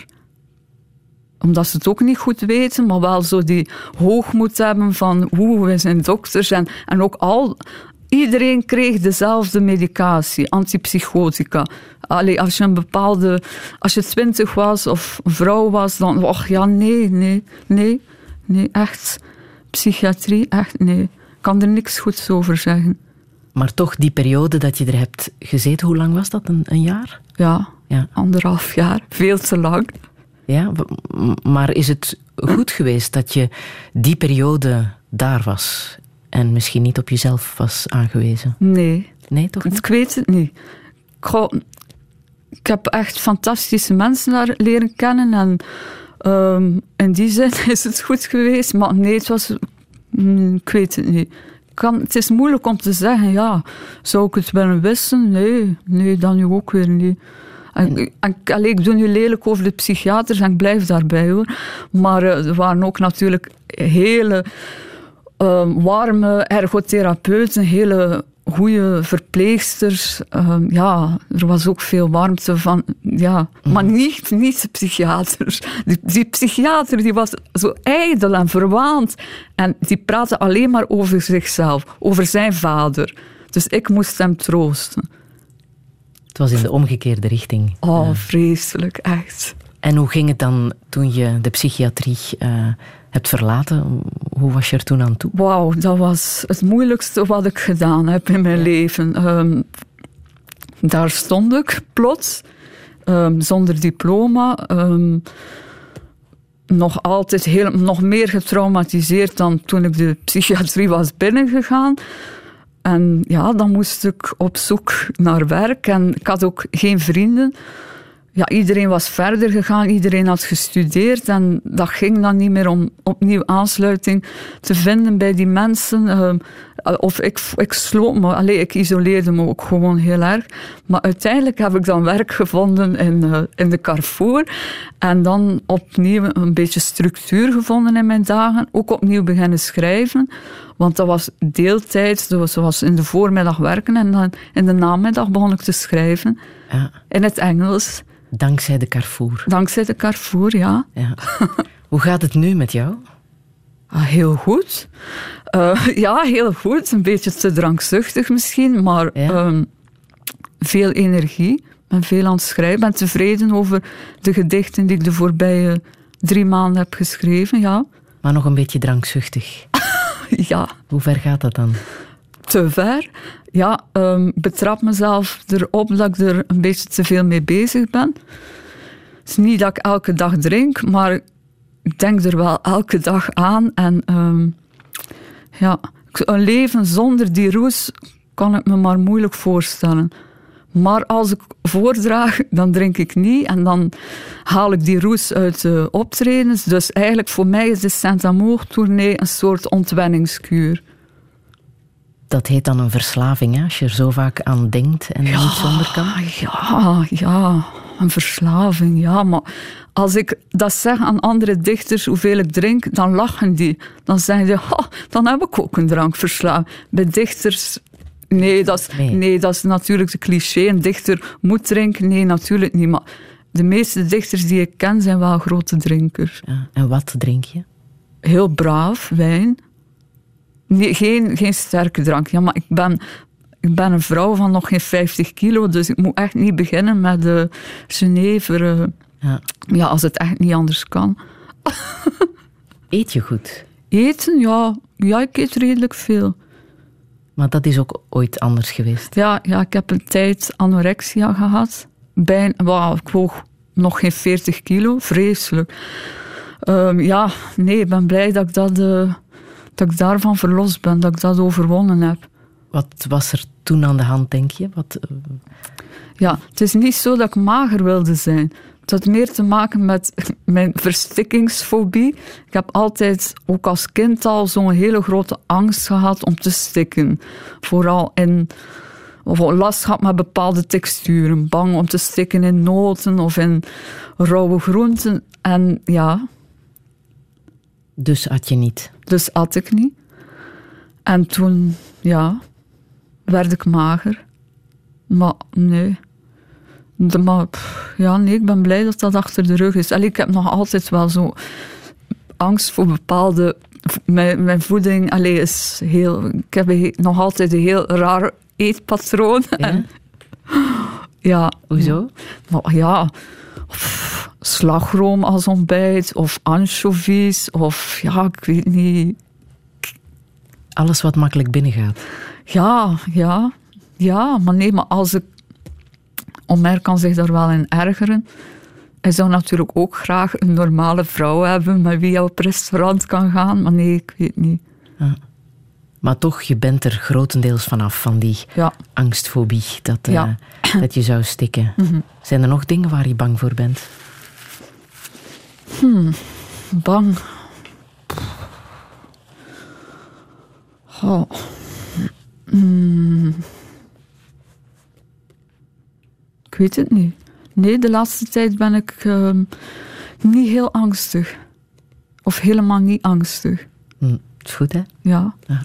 Omdat ze het ook niet goed weten, maar wel zo die hoogmoed hebben van oeh, wij zijn dokters. En, en ook al... Iedereen kreeg dezelfde medicatie, antipsychotica. Allee, als je een bepaalde... Als je twintig was of een vrouw was, dan... Och ja, nee, nee, nee. Nee, echt. Psychiatrie, echt, nee. Ik kan er niks goeds over zeggen. Maar toch, die periode dat je er hebt gezeten, hoe lang was dat? Een, een jaar? Ja, ja, anderhalf jaar. Veel te lang. Ja, maar is het goed geweest dat je die periode daar was... En misschien niet op jezelf was aangewezen? Nee. Nee, toch niet? Ik weet het niet. Ik, ga, ik heb echt fantastische mensen daar leren kennen. En um, in die zin is het goed geweest. Maar nee, het was... Ik weet het niet. Kan, het is moeilijk om te zeggen, ja. Zou ik het willen wissen? Nee, nee, dan nu ook weer niet. En, en, allee, ik doe nu lelijk over de psychiaters en ik blijf daarbij hoor. Maar uh, er waren ook natuurlijk hele uh, warme ergotherapeuten, hele goede verpleegsters. Uh, ja, er was ook veel warmte van. Ja, mm. Maar niet, niet de psychiaters. Die, die psychiater die was zo ijdel en verwaand. En die praatte alleen maar over zichzelf, over zijn vader. Dus ik moest hem troosten. Het was in de omgekeerde richting. Oh, vreselijk, echt. En hoe ging het dan toen je de psychiatrie uh, hebt verlaten? Hoe was je er toen aan toe? Wauw, dat was het moeilijkste wat ik gedaan heb in mijn ja. leven. Um, daar stond ik plots, um, zonder diploma. Um, nog altijd heel, nog meer getraumatiseerd dan toen ik de psychiatrie was binnengegaan. En ja, dan moest ik op zoek naar werk. En ik had ook geen vrienden. Ja, iedereen was verder gegaan, iedereen had gestudeerd. En dat ging dan niet meer om opnieuw aansluiting te vinden bij die mensen. Uh, of ik, ik sloot me, allez, ik isoleerde me ook gewoon heel erg. Maar uiteindelijk heb ik dan werk gevonden in, uh, in de Carrefour. En dan opnieuw een beetje structuur gevonden in mijn dagen. Ook opnieuw beginnen schrijven. Want dat was deeltijd, zoals in de voormiddag werken. En dan in de namiddag begon ik te schrijven. Ja. In het Engels. Dankzij de Carrefour. Dankzij de Carrefour, ja. ja. Hoe gaat het nu met jou? Ah, heel goed. Uh, ja, heel goed. Een beetje te drankzuchtig misschien, maar ja. um, veel energie. Ik ben veel aan het schrijven. Ik ben tevreden over de gedichten die ik de voorbije drie maanden heb geschreven, ja. Maar nog een beetje drankzuchtig. Ja. Hoe ver gaat dat dan? Te ver. Ja, um, betrap mezelf erop dat ik er een beetje te veel mee bezig ben. Het is niet dat ik elke dag drink, maar ik denk er wel elke dag aan. En um, ja, een leven zonder die roes kan ik me maar moeilijk voorstellen. Maar als ik voordraag, dan drink ik niet. En dan haal ik die roes uit de optredens. Dus eigenlijk voor mij is de Saint-Amour-tournee een soort ontwenningskuur. Dat heet dan een verslaving, hè? Als je er zo vaak aan denkt en ja, niet zonder kan. Ja, ja, een verslaving, ja. Maar als ik dat zeg aan andere dichters, hoeveel ik drink, dan lachen die. Dan zeggen die, oh, dan heb ik ook een drankverslaving. Bij dichters, nee dat, is, nee. nee, dat is natuurlijk de cliché. Een dichter moet drinken. Nee, natuurlijk niet. Maar de meeste dichters die ik ken, zijn wel grote drinkers. Ja, en wat drink je? Heel braaf, wijn. Nee, geen, geen sterke drank. Ja, maar ik ben, ik ben een vrouw van nog geen vijftig kilo, dus ik moet echt niet beginnen met de Genever. Uh, ja. ja, als het echt niet anders kan. Eet je goed? Eten, ja. Ja, ik eet redelijk veel. Maar dat is ook ooit anders geweest? Ja, ja ik heb een tijd anorexia gehad. Bijna, wow, ik woog nog geen veertig kilo. Vreselijk. Um, ja, nee, ik ben blij dat ik dat... Uh, dat ik daarvan verlost ben, dat ik dat overwonnen heb. Wat was er toen aan de hand, denk je? Wat, uh... Ja, het is niet zo dat ik mager wilde zijn. Het had meer te maken met mijn verstikkingsfobie. Ik heb altijd, ook als kind al, zo'n hele grote angst gehad om te stikken. Vooral in... Of last gehad met bepaalde texturen. Bang om te stikken in noten of in rauwe groenten. En ja... Dus at je niet? Dus at ik niet. En toen, ja, werd ik mager. Maar nee. De, maar, pff, ja, nee, ik ben blij dat dat achter de rug is. Allee, ik heb nog altijd wel zo angst voor bepaalde... Mijn, mijn voeding allee, is heel... Ik heb een, nog altijd een heel raar eetpatroon. Ja? En, ja. Hoezo? Maar ja... Of slagroom als ontbijt, of anchovies, of ja, ik weet niet. Alles wat makkelijk binnengaat. Ja, ja, ja, maar nee, maar als ik... Omer kan zich daar wel in ergeren. Hij zou natuurlijk ook graag een normale vrouw hebben met wie hij op restaurant kan gaan, maar nee, ik weet niet. Ja. Maar toch, je bent er grotendeels vanaf, van die ja. angstfobie, dat, ja. uh, dat je zou stikken. Mm-hmm. Zijn er nog dingen waar je bang voor bent? Hmm, bang. Oh. Hmm. Ik weet het niet. Nee, de laatste tijd ben ik uh, niet heel angstig. Of helemaal niet angstig. Hm, is goed, hè? Ja. ja.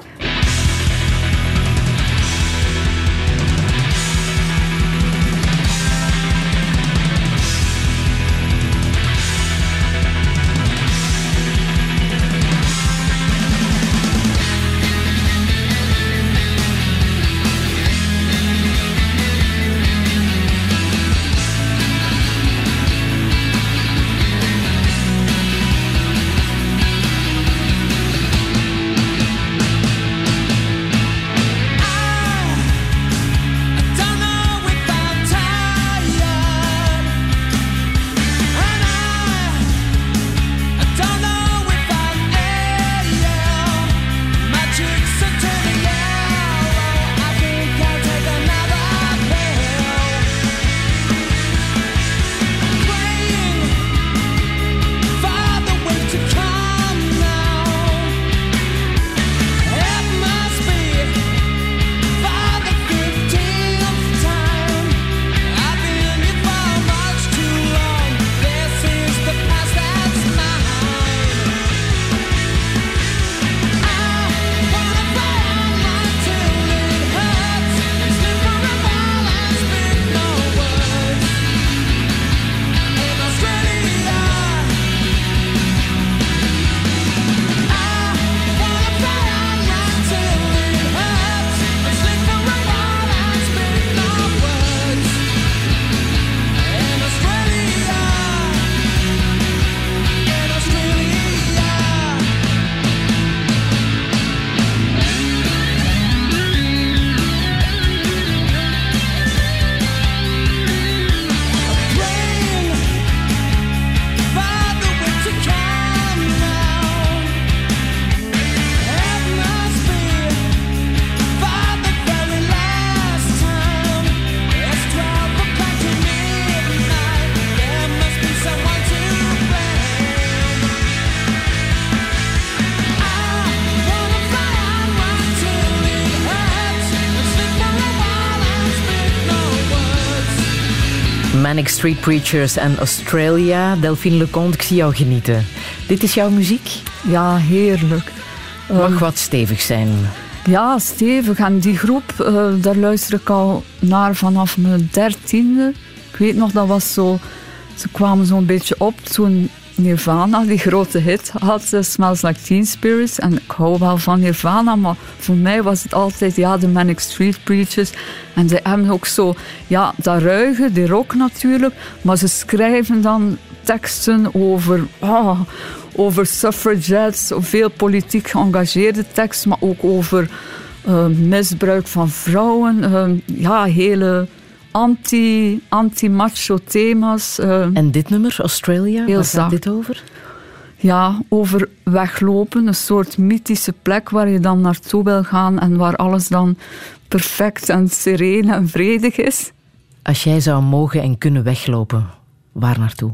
Manic Street Preachers en Australia. Delphine Leconte, ik zie jou genieten. Dit is jouw muziek? Ja, heerlijk. Mag Um, wat stevig zijn. Ja, stevig. En die groep, uh, daar luister ik al naar vanaf mijn dertiende. Ik weet nog, dat was zo... Ze kwamen zo'n beetje op toen Nirvana die grote hit had, uh, Smells Like Teen Spirit. En ik hou wel van Nirvana, maar voor mij was het altijd ja, de Manic Street Preachers. En ze hebben ook zo, ja, dat ruige, die rock natuurlijk, maar ze schrijven dan teksten over, oh, over suffragettes, veel politiek geëngageerde teksten, maar ook over uh, misbruik van vrouwen. Uh, ja, hele anti, anti-macho thema's. Uh, en dit nummer, Australia, waar gaat dit over? Ja, over weglopen, een soort mythische plek waar je dan naartoe wil gaan en waar alles dan perfect en sereen en vredig is. Als jij zou mogen en kunnen weglopen, waar naartoe?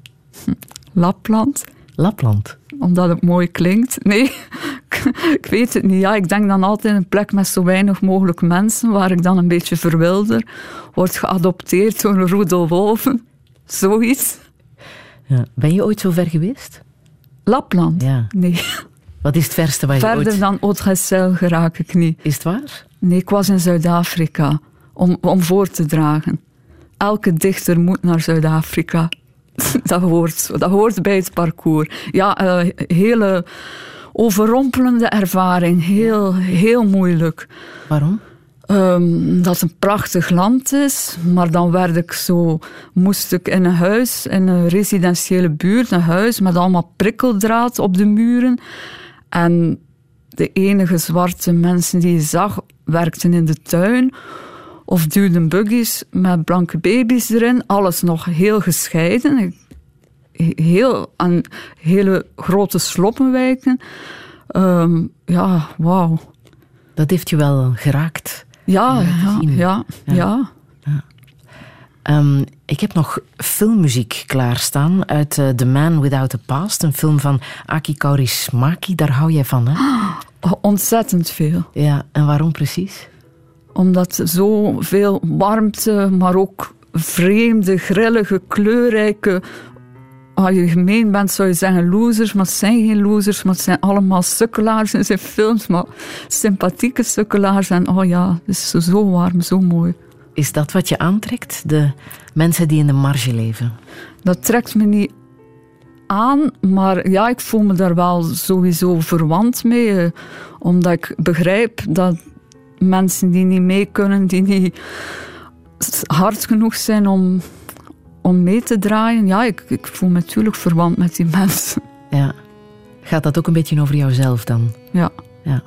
Lapland. Lapland? Omdat het mooi klinkt. Nee, ik weet het niet. Ja, ik denk dan altijd een plek met zo weinig mogelijk mensen, waar ik dan een beetje verwilder, word geadopteerd door een roedel wolven. Zoiets. Ja. Ben je ooit zo ver geweest? Lapland? Ja. Nee. Wat is het verste waar je Verder ooit... dan Haute-Gessel geraak ik niet. Is het waar? Nee, ik was in Zuid-Afrika om, om voor te dragen. Elke dichter moet naar Zuid-Afrika. Dat hoort, dat hoort bij het parcours. Ja, een uh, hele overrompelende ervaring. Heel, heel moeilijk. Waarom? Um, dat het een prachtig land is, maar dan werd ik zo, moest ik in een huis, in een residentiële buurt, een huis met allemaal prikkeldraad op de muren. En de enige zwarte mensen die je zag, werkten in de tuin of duwden buggies met blanke baby's erin. Alles nog heel gescheiden. Heel, aan hele grote sloppenwijken. Um, ja, wauw. Dat heeft je wel geraakt. Ja, ja, ja, ja. ja. ja. Um, ik heb nog filmmuziek klaarstaan uit uh, The Man Without a Past, een film van Aki Kaurismäki. Daar hou jij van, hè? Oh, ontzettend veel. Ja, en waarom precies? Omdat zoveel warmte, maar ook vreemde, grillige, kleurrijke... Als je gemeen bent, zou je zeggen losers, maar het zijn geen losers, maar het zijn allemaal sukkelaars in zijn films, maar sympathieke sukkelaars. En oh ja, het is zo warm, zo mooi. Is dat wat je aantrekt? De mensen die in de marge leven? Dat trekt me niet aan, maar ja, ik voel me daar wel sowieso verwant mee. Omdat ik begrijp dat mensen die niet mee kunnen, die niet hard genoeg zijn om... om mee te draaien, ja, ik, ik voel me natuurlijk verwant met die mensen. Ja. Gaat dat ook een beetje over jouzelf dan? Ja. Ja.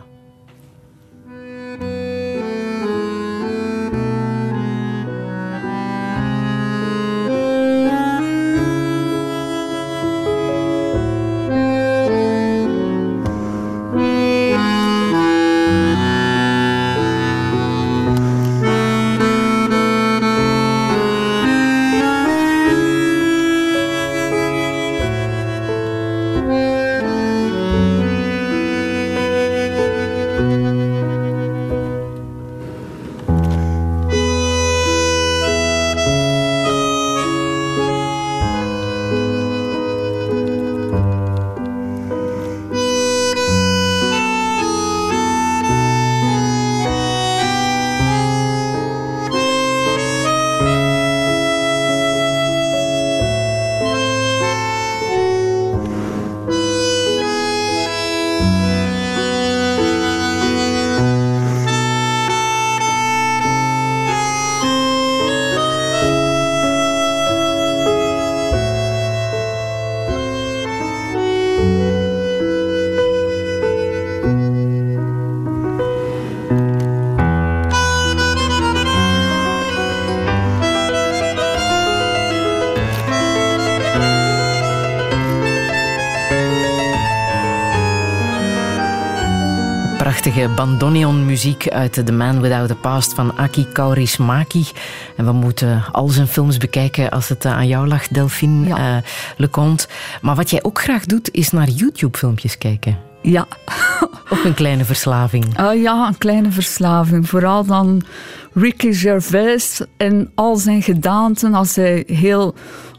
Prachtige bandoneon-muziek uit The Man Without a Past van Aki Kaurismäki. En we moeten al zijn films bekijken als het aan jou lag, Delphine ja. uh, Leconte. Maar wat jij ook graag doet, is naar YouTube-filmpjes kijken. Ja. Ook een kleine verslaving. Uh, ja, een kleine verslaving. Vooral dan Ricky Gervais en al zijn gedaanten als hij heel...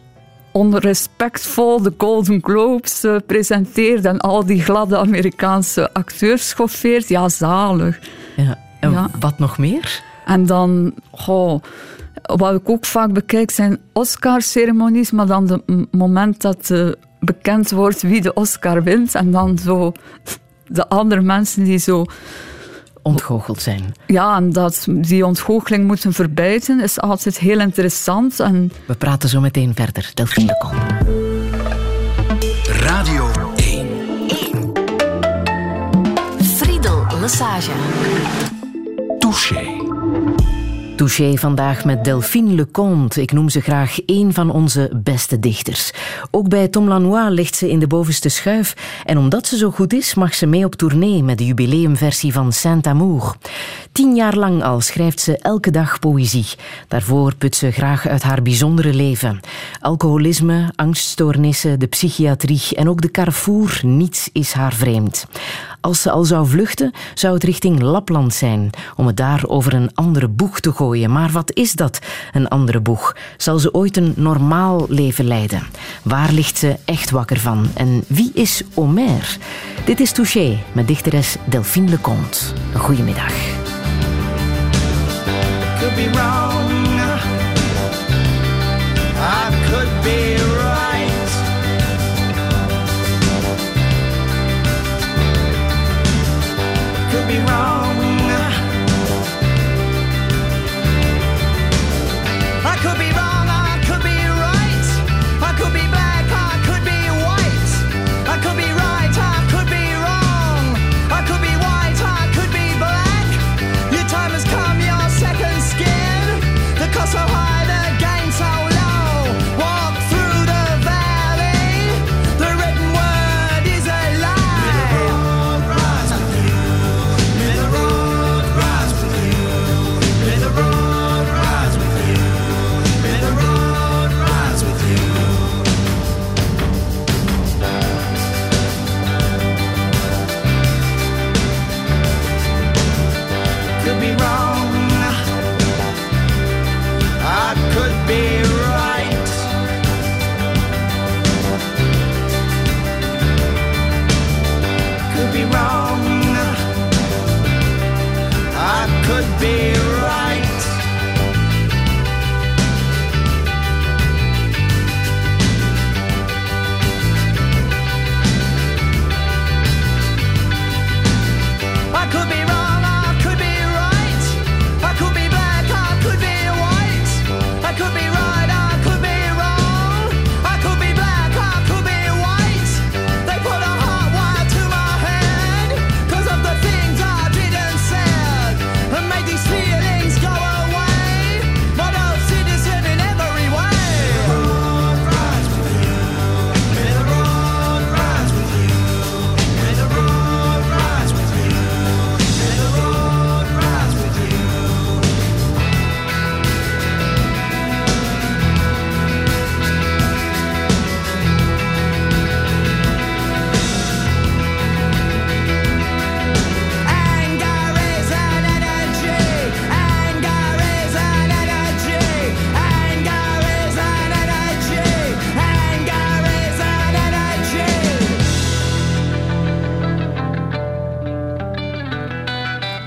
onrespectvol de Golden Globes uh, presenteert en al die gladde Amerikaanse acteurs schoffeert. Ja, zalig. Ja. En ja. wat nog meer? En dan, goh, wat ik ook vaak bekijk zijn Oscar-ceremonies, maar dan het moment dat uh, bekend wordt wie de Oscar wint en dan zo de andere mensen die zo... ontgoocheld zijn. Ja, en dat die ontgoocheling moeten verbijten is altijd heel interessant. En... We praten zo meteen verder. Delphine Leconte. Radio één. Friedel Lesage. Touché. Touché vandaag met Delphine Leconte. Ik noem ze graag één van onze beste dichters. Ook bij Tom Lanois ligt ze in de bovenste schuif. En omdat ze zo goed is, mag ze mee op tournee met de jubileumversie van Saint-Amour. Tien jaar lang al schrijft ze elke dag poëzie. Daarvoor put ze graag uit haar bijzondere leven. Alcoholisme, angststoornissen, de psychiatrie en ook de Carrefour, niets is haar vreemd. Als ze al zou vluchten, zou het richting Lapland zijn, om het daar over een andere boeg te gooien. Maar wat is dat, een andere boeg? Zal ze ooit een normaal leven leiden? Waar ligt ze echt wakker van? En wie is Homer? Dit is Touché met dichteres Delphine Leconte. Een goeiemiddag. Could be wrong. I could be right. Could be wrong. I could be wrong, I could be right. I could be black, I could be white. I could be right, I could be wrong. I could be white, I could be black. Your time has come, your second skin. The cost so high, the gain so low. Walk through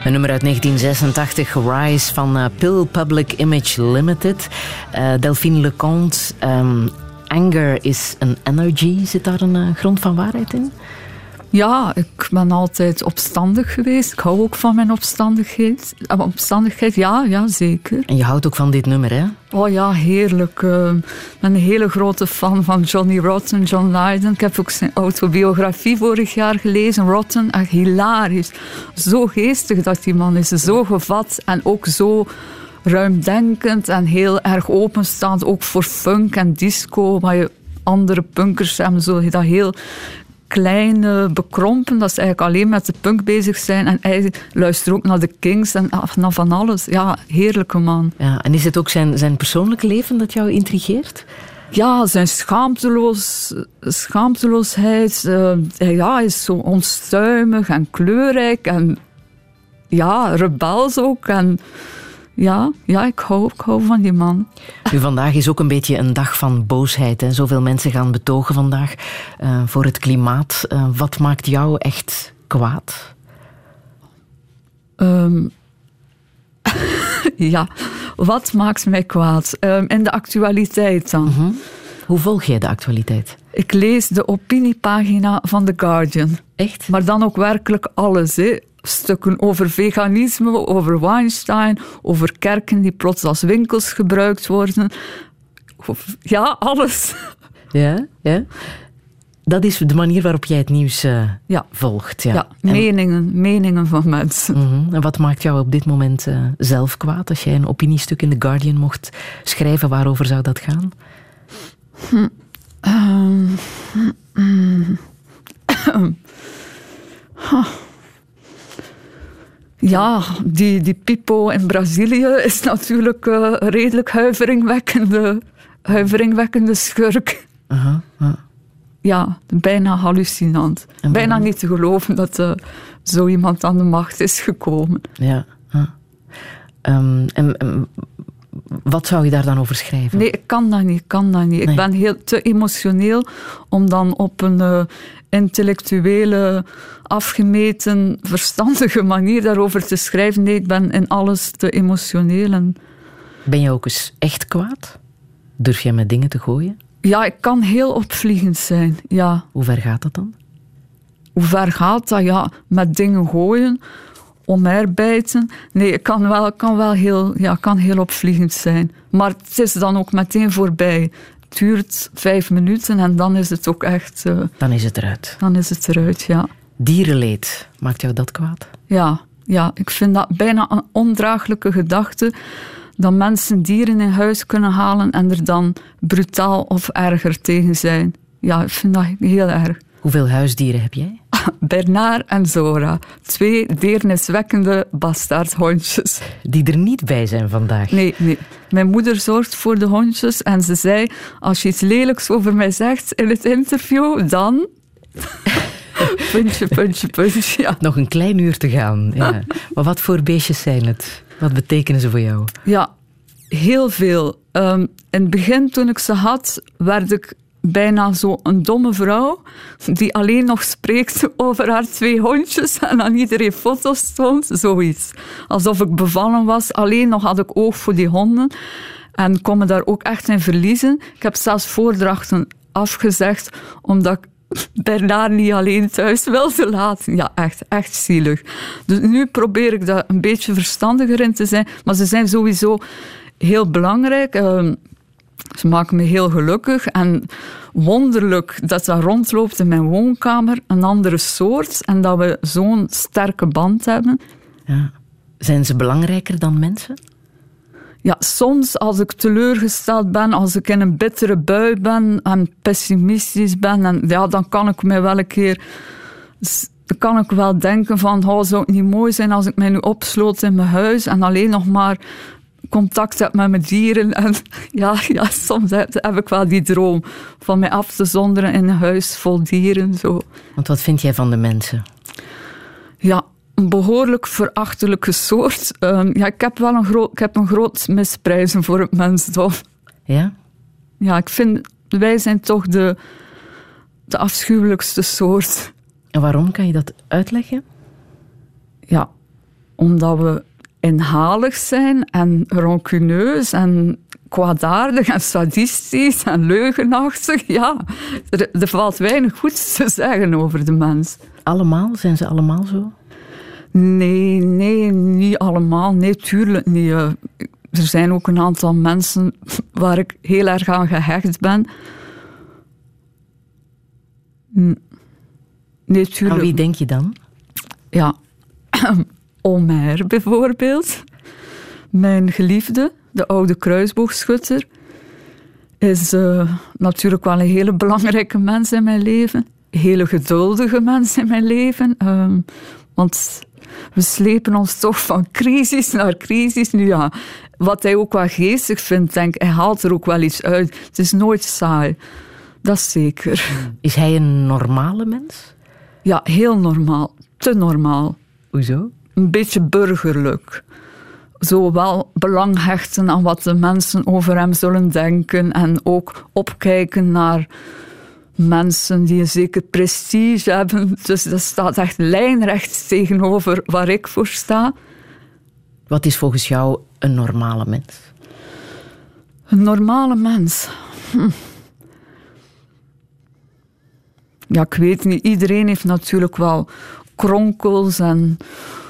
Een nummer uit negentien zesentachtig, Rise van uh, Pill Public Image Limited. Uh, Delphine Leconte, um, anger is an energy. Zit daar een uh, grond van waarheid in? Ja, ik ben altijd opstandig geweest. Ik hou ook van mijn opstandigheid. Opstandigheid, ja, ja, zeker. En je houdt ook van dit nummer, hè? Oh ja, heerlijk. Uh, ik ben een hele grote fan van Johnny Rotten, John Lydon. Ik heb ook zijn autobiografie vorig jaar gelezen. Rotten, echt hilarisch. Zo geestig dat die man is. Zo gevat en ook zo ruimdenkend en heel erg openstaand. Ook voor funk en disco, waar je andere punkers hebben. Zo, dat heel kleine bekrompen, dat ze eigenlijk alleen met de punk bezig zijn en hij luistert ook naar de Kings en naar van alles. Ja, heerlijke man. Ja, en is het ook zijn, zijn persoonlijke leven dat jou intrigeert? Ja, zijn schaamteloos, schaamteloosheid. Uh, ja, hij is zo onstuimig en kleurrijk en ja, rebels ook. En ja, ja ik, hou, ik hou van die man. Nu, vandaag is ook een beetje een dag van boosheid. Hè? Zoveel mensen gaan betogen vandaag uh, voor het klimaat. Uh, wat maakt jou echt kwaad? Um, ja, wat maakt mij kwaad? Um, in de actualiteit dan. Mm-hmm. Hoe volg jij de actualiteit? Ik lees de opiniepagina van The Guardian. Echt? Maar dan ook werkelijk alles, hè. Stukken over veganisme, over Weinstein, over kerken die plots als winkels gebruikt worden. Ja, alles. Ja, ja. Dat is de manier waarop jij het nieuws uh, ja. volgt. Ja, ja meningen, en... meningen van mensen. Mm-hmm. En wat maakt jou op dit moment uh, zelf kwaad? Als jij een opiniestuk in The Guardian mocht schrijven, waarover zou dat gaan? Hm. Um, mm, mm. huh. Ja, die, die Pipo in Brazilië is natuurlijk uh, een redelijk huiveringwekkende, huiveringwekkende schurk. Uh-huh, uh. Ja, bijna hallucinant. En bijna waarom? Niet te geloven dat uh, zo iemand aan de macht is gekomen. Ja. Uh. Um, en, en wat zou je daar dan over schrijven? Nee, ik kan dat niet. Ik, kan dat niet. Nee. Ik ben heel te emotioneel om dan op een uh, intellectuele, afgemeten, verstandige manier daarover te schrijven. Nee, ik ben in alles te emotioneel. En... Ben je ook eens echt kwaad? Durf jij met dingen te gooien? Ja, ik kan heel opvliegend zijn, ja. Hoe ver gaat dat dan? Hoe ver gaat dat? Ja, met dingen gooien, omerbijten. Nee, ik kan wel, kan wel heel, ja, kan heel opvliegend zijn. Maar het is dan ook meteen voorbij. Het duurt vijf minuten en dan is het ook echt... Uh, dan is het eruit. Dan is het eruit, ja. Dierenleed, maakt jou dat kwaad? Ja, ja, ik vind dat bijna een ondraaglijke gedachte... dat mensen dieren in huis kunnen halen en er dan brutaal of erger tegen zijn. Ja, ik vind dat heel erg. Hoeveel huisdieren heb jij? Bernard en Zora. Twee deerniswekkende bastaardhondjes. Die er niet bij zijn vandaag? Nee, nee. Mijn moeder zorgt voor de hondjes en ze zei... als je iets lelijks over mij zegt in het interview, dan... puntje, puntje, puntje. Ja. Nog een klein uur te gaan. Ja. Maar wat voor beestjes zijn het? Wat betekenen ze voor jou? Ja, heel veel. Um, in het begin, toen ik ze had, werd ik bijna zo een domme vrouw die alleen nog spreekt over haar twee hondjes en aan iedereen foto's toont. Zoiets. Alsof ik bevallen was. Alleen nog had ik oog voor die honden en kon me daar ook echt in verliezen. Ik heb zelfs voordrachten afgezegd omdat ik Bernard niet alleen thuis wilde laten. Ja, echt, echt zielig. Dus nu probeer ik daar een beetje verstandiger in te zijn. Maar ze zijn sowieso heel belangrijk. Uh, ze maken me heel gelukkig. En wonderlijk dat dat rondloopt in mijn woonkamer. Een andere soort. En dat we zo'n sterke band hebben. Ja. Zijn ze belangrijker dan mensen? Ja, soms als ik teleurgesteld ben, als ik in een bittere bui ben en pessimistisch ben, en ja, dan kan ik mij wel een keer... Dan kan ik wel denken van, oh, zou het niet mooi zijn als ik mij nu opsloot in mijn huis en alleen nog maar contact heb met mijn dieren. En ja, ja soms heb, heb ik wel die droom van mij af te zonderen in een huis vol dieren. Zo. Want wat vind jij van de mensen? Ja, een behoorlijk verachtelijke soort. Um, ja, ik heb wel een groot, ik heb een groot misprijzen voor het mensdom. Ja? Ja, ik vind, wij zijn toch de, de afschuwelijkste soort. En waarom? Kan je dat uitleggen? Ja, Omdat we inhalig zijn en rancuneus en kwaadaardig en sadistisch en leugenachtig. Ja, er, er valt weinig goeds te zeggen over de mens. Allemaal? Zijn ze allemaal zo? Nee, nee, niet allemaal. Nee, tuurlijk niet. Uh, er zijn ook een aantal mensen waar ik heel erg aan gehecht ben. Nee, tuurlijk. Aan wie denk je dan? Ja, Omer bijvoorbeeld. Mijn geliefde, de oude kruisboogschutter, is uh, natuurlijk wel een hele belangrijke mens in mijn leven. Een hele geduldige mens in mijn leven. Um, want we slepen ons toch van crisis naar crisis. Nu ja, wat hij ook wel geestig vindt, denk ik, hij haalt er ook wel iets uit. Het is nooit saai. Dat is zeker. Is hij een normale mens? Ja, heel normaal. Te normaal. Hoezo? Een beetje burgerlijk. Zo wel belang hechten aan wat de mensen over hem zullen denken en ook opkijken naar mensen die een zeker prestige hebben. Dus dat staat echt lijnrecht tegenover waar ik voor sta. Wat is volgens jou een normale mens? Een normale mens? Hm. Ja, ik weet niet. Iedereen heeft natuurlijk wel kronkels en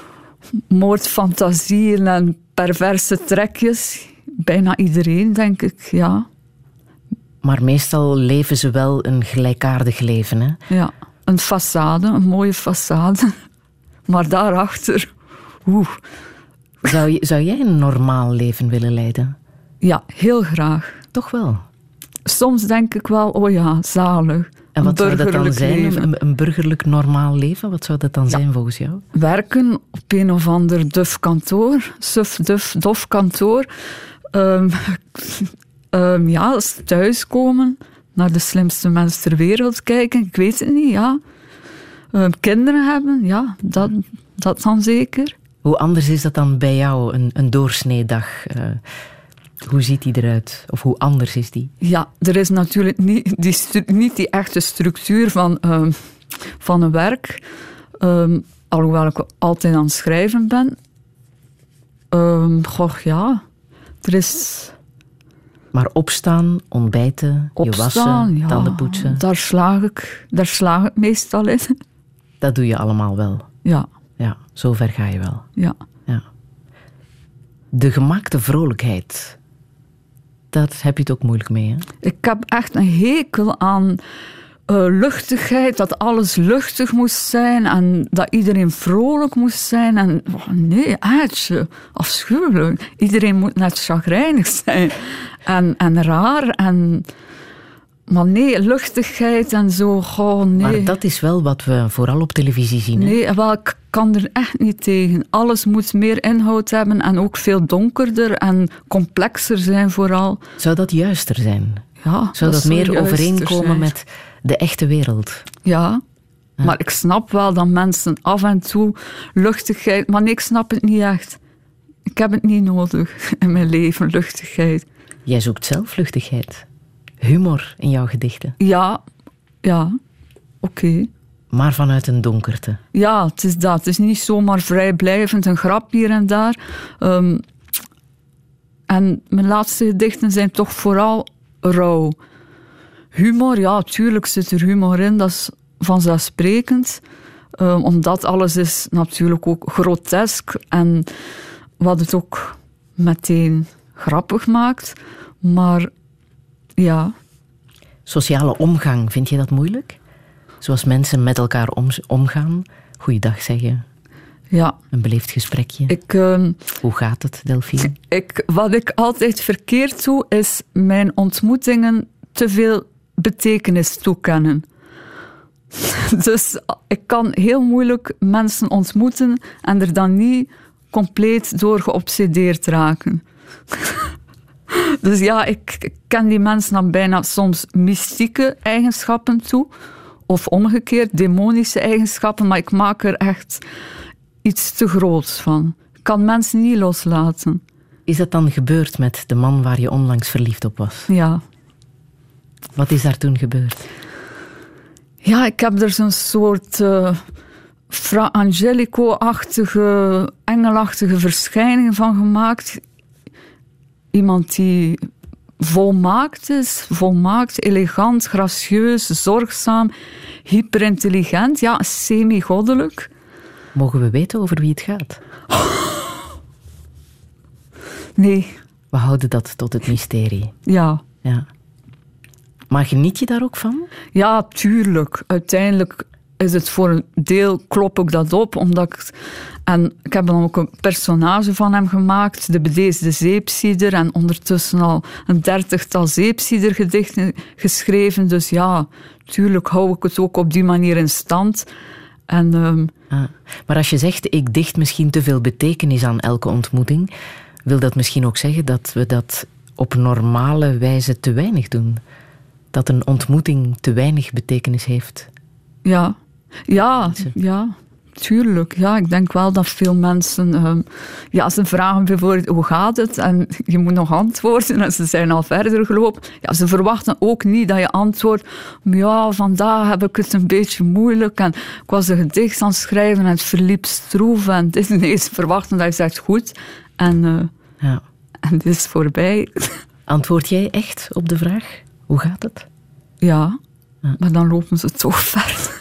moordfantasieën en perverse trekjes. Bijna iedereen, denk ik, ja. Maar meestal leven ze wel een gelijkaardig leven, hè? Ja, een façade, een mooie façade. Maar daarachter, oeh. Zou, je, zou jij een normaal leven willen leiden? Ja, heel graag. Toch wel? Soms denk ik wel, oh ja, zalig. En wat zou dat dan zijn, leven. een, een burgerlijk normaal leven? Wat zou dat dan ja. zijn volgens jou? Werken op een of ander duf kantoor, suf, duf, dof kantoor. Um, um, ja, thuiskomen, naar de slimste mens ter wereld kijken, ik weet het niet, ja. Um, kinderen hebben, ja, dat, dat dan zeker. Hoe anders is dat dan bij jou, een, een doorsneedag? Uh, Hoe ziet die eruit? Of hoe anders is die? Ja, er is natuurlijk niet die, stru- niet die echte structuur van, um, van een werk. Um, alhoewel ik altijd aan het schrijven ben. Um, goh, ja. Er is... Maar opstaan, ontbijten, opstaan, je wassen, ja, tanden poetsen. Daar slaag, ik, daar slaag ik meestal in. Dat doe je allemaal wel? Ja. Ja, zo ver ga je wel. Ja. ja. De gemaakte vrolijkheid... Daar heb je het ook moeilijk mee, hè? Ik heb echt een hekel aan uh, luchtigheid, dat alles luchtig moest zijn en dat iedereen vrolijk moest zijn. En oh nee, uitje, afschuwelijk. Iedereen moet net chagrijnig zijn en, en raar. En, maar nee, luchtigheid en zo, oh nee. Maar dat is wel wat we vooral op televisie zien, hè? Nee, wel, ik kan er echt niet tegen. Alles moet meer inhoud hebben en ook veel donkerder en complexer zijn vooral. Zou dat juister zijn? Ja, Zou dat, dat meer zou overeenkomen zijn. met de echte wereld? Ja, ja, maar ik snap wel dat mensen af en toe luchtigheid... Maar nee, ik snap het niet echt. Ik heb het niet nodig in mijn leven, luchtigheid. Jij zoekt zelf luchtigheid. Humor in jouw gedichten. Ja, ja, oké. Okay. Maar vanuit een donkerte. Ja, het is dat. Het is niet zomaar vrijblijvend, een grap hier en daar. Um, en mijn laatste gedichten zijn toch vooral rauw. Humor, ja, tuurlijk zit er humor in. Dat is vanzelfsprekend. Um, omdat alles is natuurlijk ook grotesk. En wat het ook meteen grappig maakt. Maar ja. Sociale omgang, vind je dat moeilijk? Zoals mensen met elkaar om, omgaan. Goeiedag zeggen. Ja. Een beleefd gesprekje. Ik, uh, Hoe gaat het, Delphine? Ik, wat ik altijd verkeerd doe, is mijn ontmoetingen te veel betekenis toekennen. Dus ik kan heel moeilijk mensen ontmoeten en er dan niet compleet door geobsedeerd raken. Dus ja, ik, ik ken die mensen dan bijna soms mystieke eigenschappen toe. Of omgekeerd, demonische eigenschappen. Maar ik maak er echt iets te groots van. Ik kan mensen niet loslaten. Is dat dan gebeurd met de man waar je onlangs verliefd op was? Ja. Wat is daar toen gebeurd? Ja, ik heb er zo'n soort uh, Fra Angelico-achtige, engelachtige verschijningen van gemaakt. Iemand die volmaakt is, volmaakt, elegant, gracieus, zorgzaam, hyperintelligent, ja, semi-goddelijk. Mogen we weten over wie het gaat? Nee. We houden dat tot het mysterie. Ja. Ja. Maar geniet je daar ook van? Ja, tuurlijk. Uiteindelijk is het voor een deel, klop ik dat op, omdat ik... En ik heb dan ook een personage van hem gemaakt, de bedeesde zeepzieder, en ondertussen al een dertigtal zeepziedergedichten geschreven. Dus ja, tuurlijk hou ik het ook op die manier in stand. En, um... ah, maar als je zegt, ik dicht misschien te veel betekenis aan elke ontmoeting, wil dat misschien ook zeggen dat we dat op normale wijze te weinig doen? Dat een ontmoeting te weinig betekenis heeft? Ja, ja, ja. Tuurlijk, ja. Ik denk wel dat veel mensen... Um, ja, ze vragen bijvoorbeeld, hoe gaat het? En je moet nog antwoorden en ze zijn al verder gelopen. Ja, ze verwachten ook niet dat je antwoordt, ja, vandaag heb ik het een beetje moeilijk en ik was een gedicht aan het schrijven en het verliep stroef en dit. Nee, ze verwachten dat je zegt goed en, uh, ja. en dit is voorbij. Antwoord jij echt op de vraag? Hoe gaat het? Ja, ja. Maar dan lopen ze toch verder.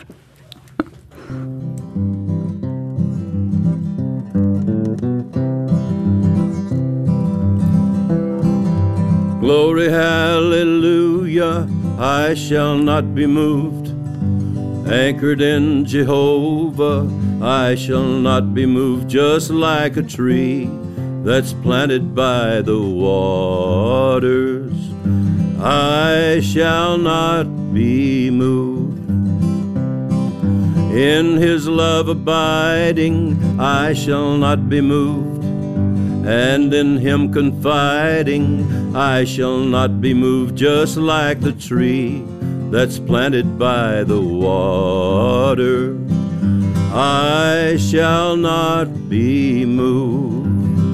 Glory, hallelujah, I shall not be moved. Anchored in Jehovah, I shall not be moved. Just like a tree that's planted by the waters, I shall not be moved. In his love abiding, I shall not be moved. And in him confiding, I shall not be moved. Just like the tree that's planted by the water, I shall not be moved.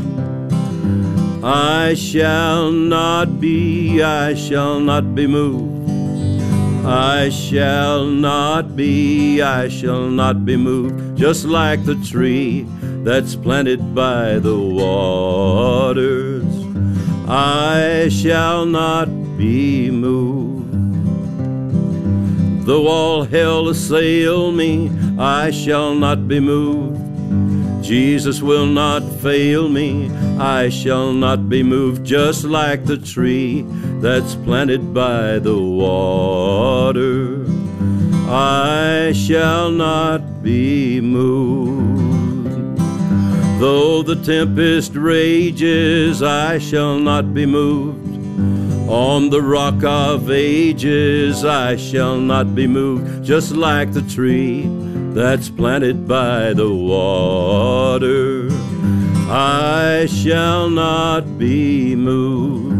I shall not be, I shall not be moved. I shall not be, I shall not be moved. Just like the tree that's planted by the waters, I shall not be moved. Though all hell assail me, I shall not be moved. Jesus will not fail me, I shall not be moved. Just like the tree that's planted by the water, I shall not be moved. Though the tempest rages, I shall not be moved. On the rock of ages, I shall not be moved. Just like the tree that's planted by the water, I shall not be moved.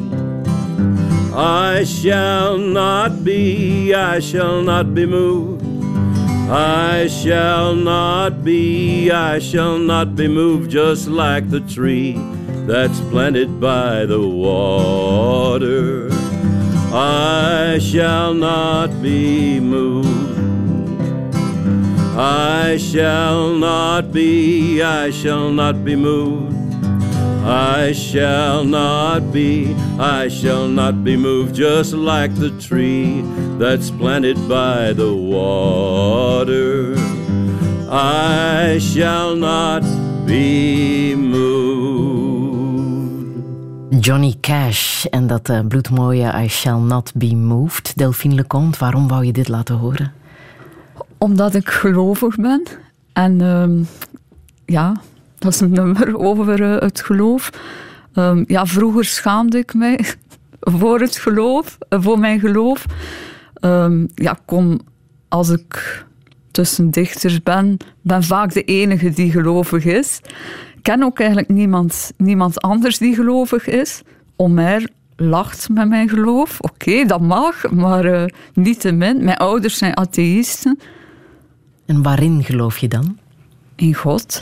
I shall not be, I shall not be moved. I shall not be, I shall not be moved. Just like the tree that's planted by the water, I shall not be moved. I shall not be, I shall not be moved. I shall not be, I shall not be moved. Just like the tree that's planted by the water, I shall not be moved. Johnny Cash en dat uh, bloedmooie I Shall Not Be Moved. Delphine Leconte, waarom wou je dit laten horen? Omdat ik gelovig ben. En um, ja, dat is een nummer over uh, het geloof. Um, ja, vroeger schaamde ik mij voor het geloof, uh, voor mijn geloof. Um, ja, kom, als ik tussen dichters ben, ben vaak de enige die gelovig is. Ik ken ook eigenlijk niemand, niemand anders die gelovig is. Omer lacht met mijn geloof. Oké, okay, dat mag, maar uh, niettemin. Mijn ouders zijn atheïsten. En waarin geloof je dan? In God.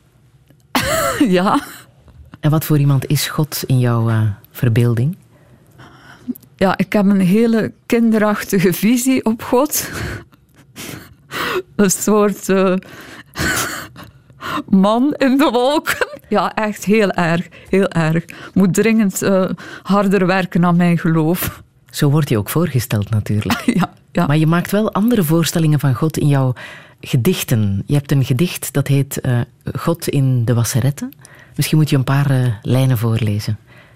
Ja. En wat voor iemand is God in jouw uh, verbeelding? Ja, ik heb een hele kinderachtige visie op God. een soort uh, man in de wolken. Ja, echt heel erg, heel erg. Moet dringend uh, harder werken aan mijn geloof. Zo wordt je ook voorgesteld natuurlijk. Ja, ja. Maar je maakt wel andere voorstellingen van God in jouw gedichten. Je hebt een gedicht dat heet uh, God in de wasserette. Misschien moet je een paar uh, lijnen voorlezen.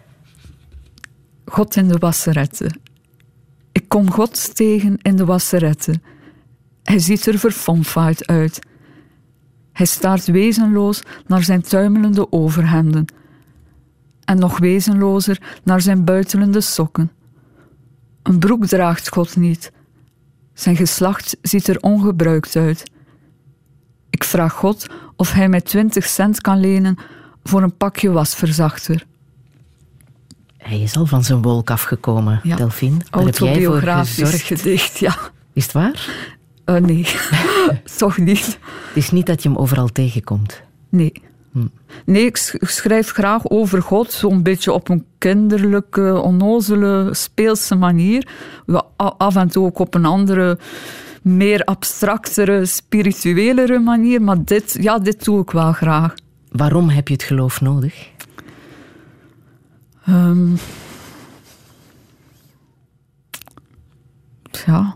God in de wasserette. Ik kom God tegen in de wasserette. Hij ziet er verfomfaaid uit. Hij staart wezenloos naar zijn tuimelende overhemden. En nog wezenlozer naar zijn buitelende sokken. Een broek draagt God niet. Zijn geslacht ziet er ongebruikt uit. Ik vraag God of hij mij twintig cent kan lenen voor een pakje wasverzachter. Hij is al van zijn wolk afgekomen, ja. Delphine. Daar heb jij voor gezorgd. Gedicht, ja. Is het waar? Uh, nee, toch niet. Het is niet dat je hem overal tegenkomt? Nee. Hm. Nee, ik schrijf graag over God, zo'n beetje op een kinderlijke, onnozele, speelse manier. Ja, af en toe ook op een andere, meer abstractere, spirituelere manier. Maar dit, ja, dit doe ik wel graag. Waarom heb je het geloof nodig? Um, ja...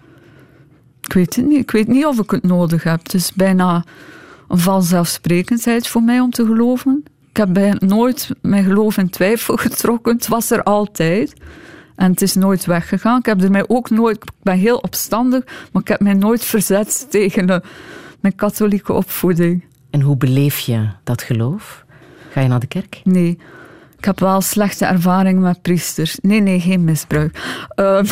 Ik weet het niet. Ik weet niet of ik het nodig heb. Het is bijna een vanzelfsprekendheid voor mij om te geloven. Ik heb bij nooit mijn geloof in twijfel getrokken. Het was er altijd. En het is nooit weggegaan. Ik heb er mij ook nooit... Ik ben heel opstandig, maar ik heb mij nooit verzet tegen de, mijn katholieke opvoeding. En hoe beleef je dat geloof? Ga je naar de kerk? Nee. Ik heb wel slechte ervaringen met priesters. Nee, nee, geen misbruik. Um,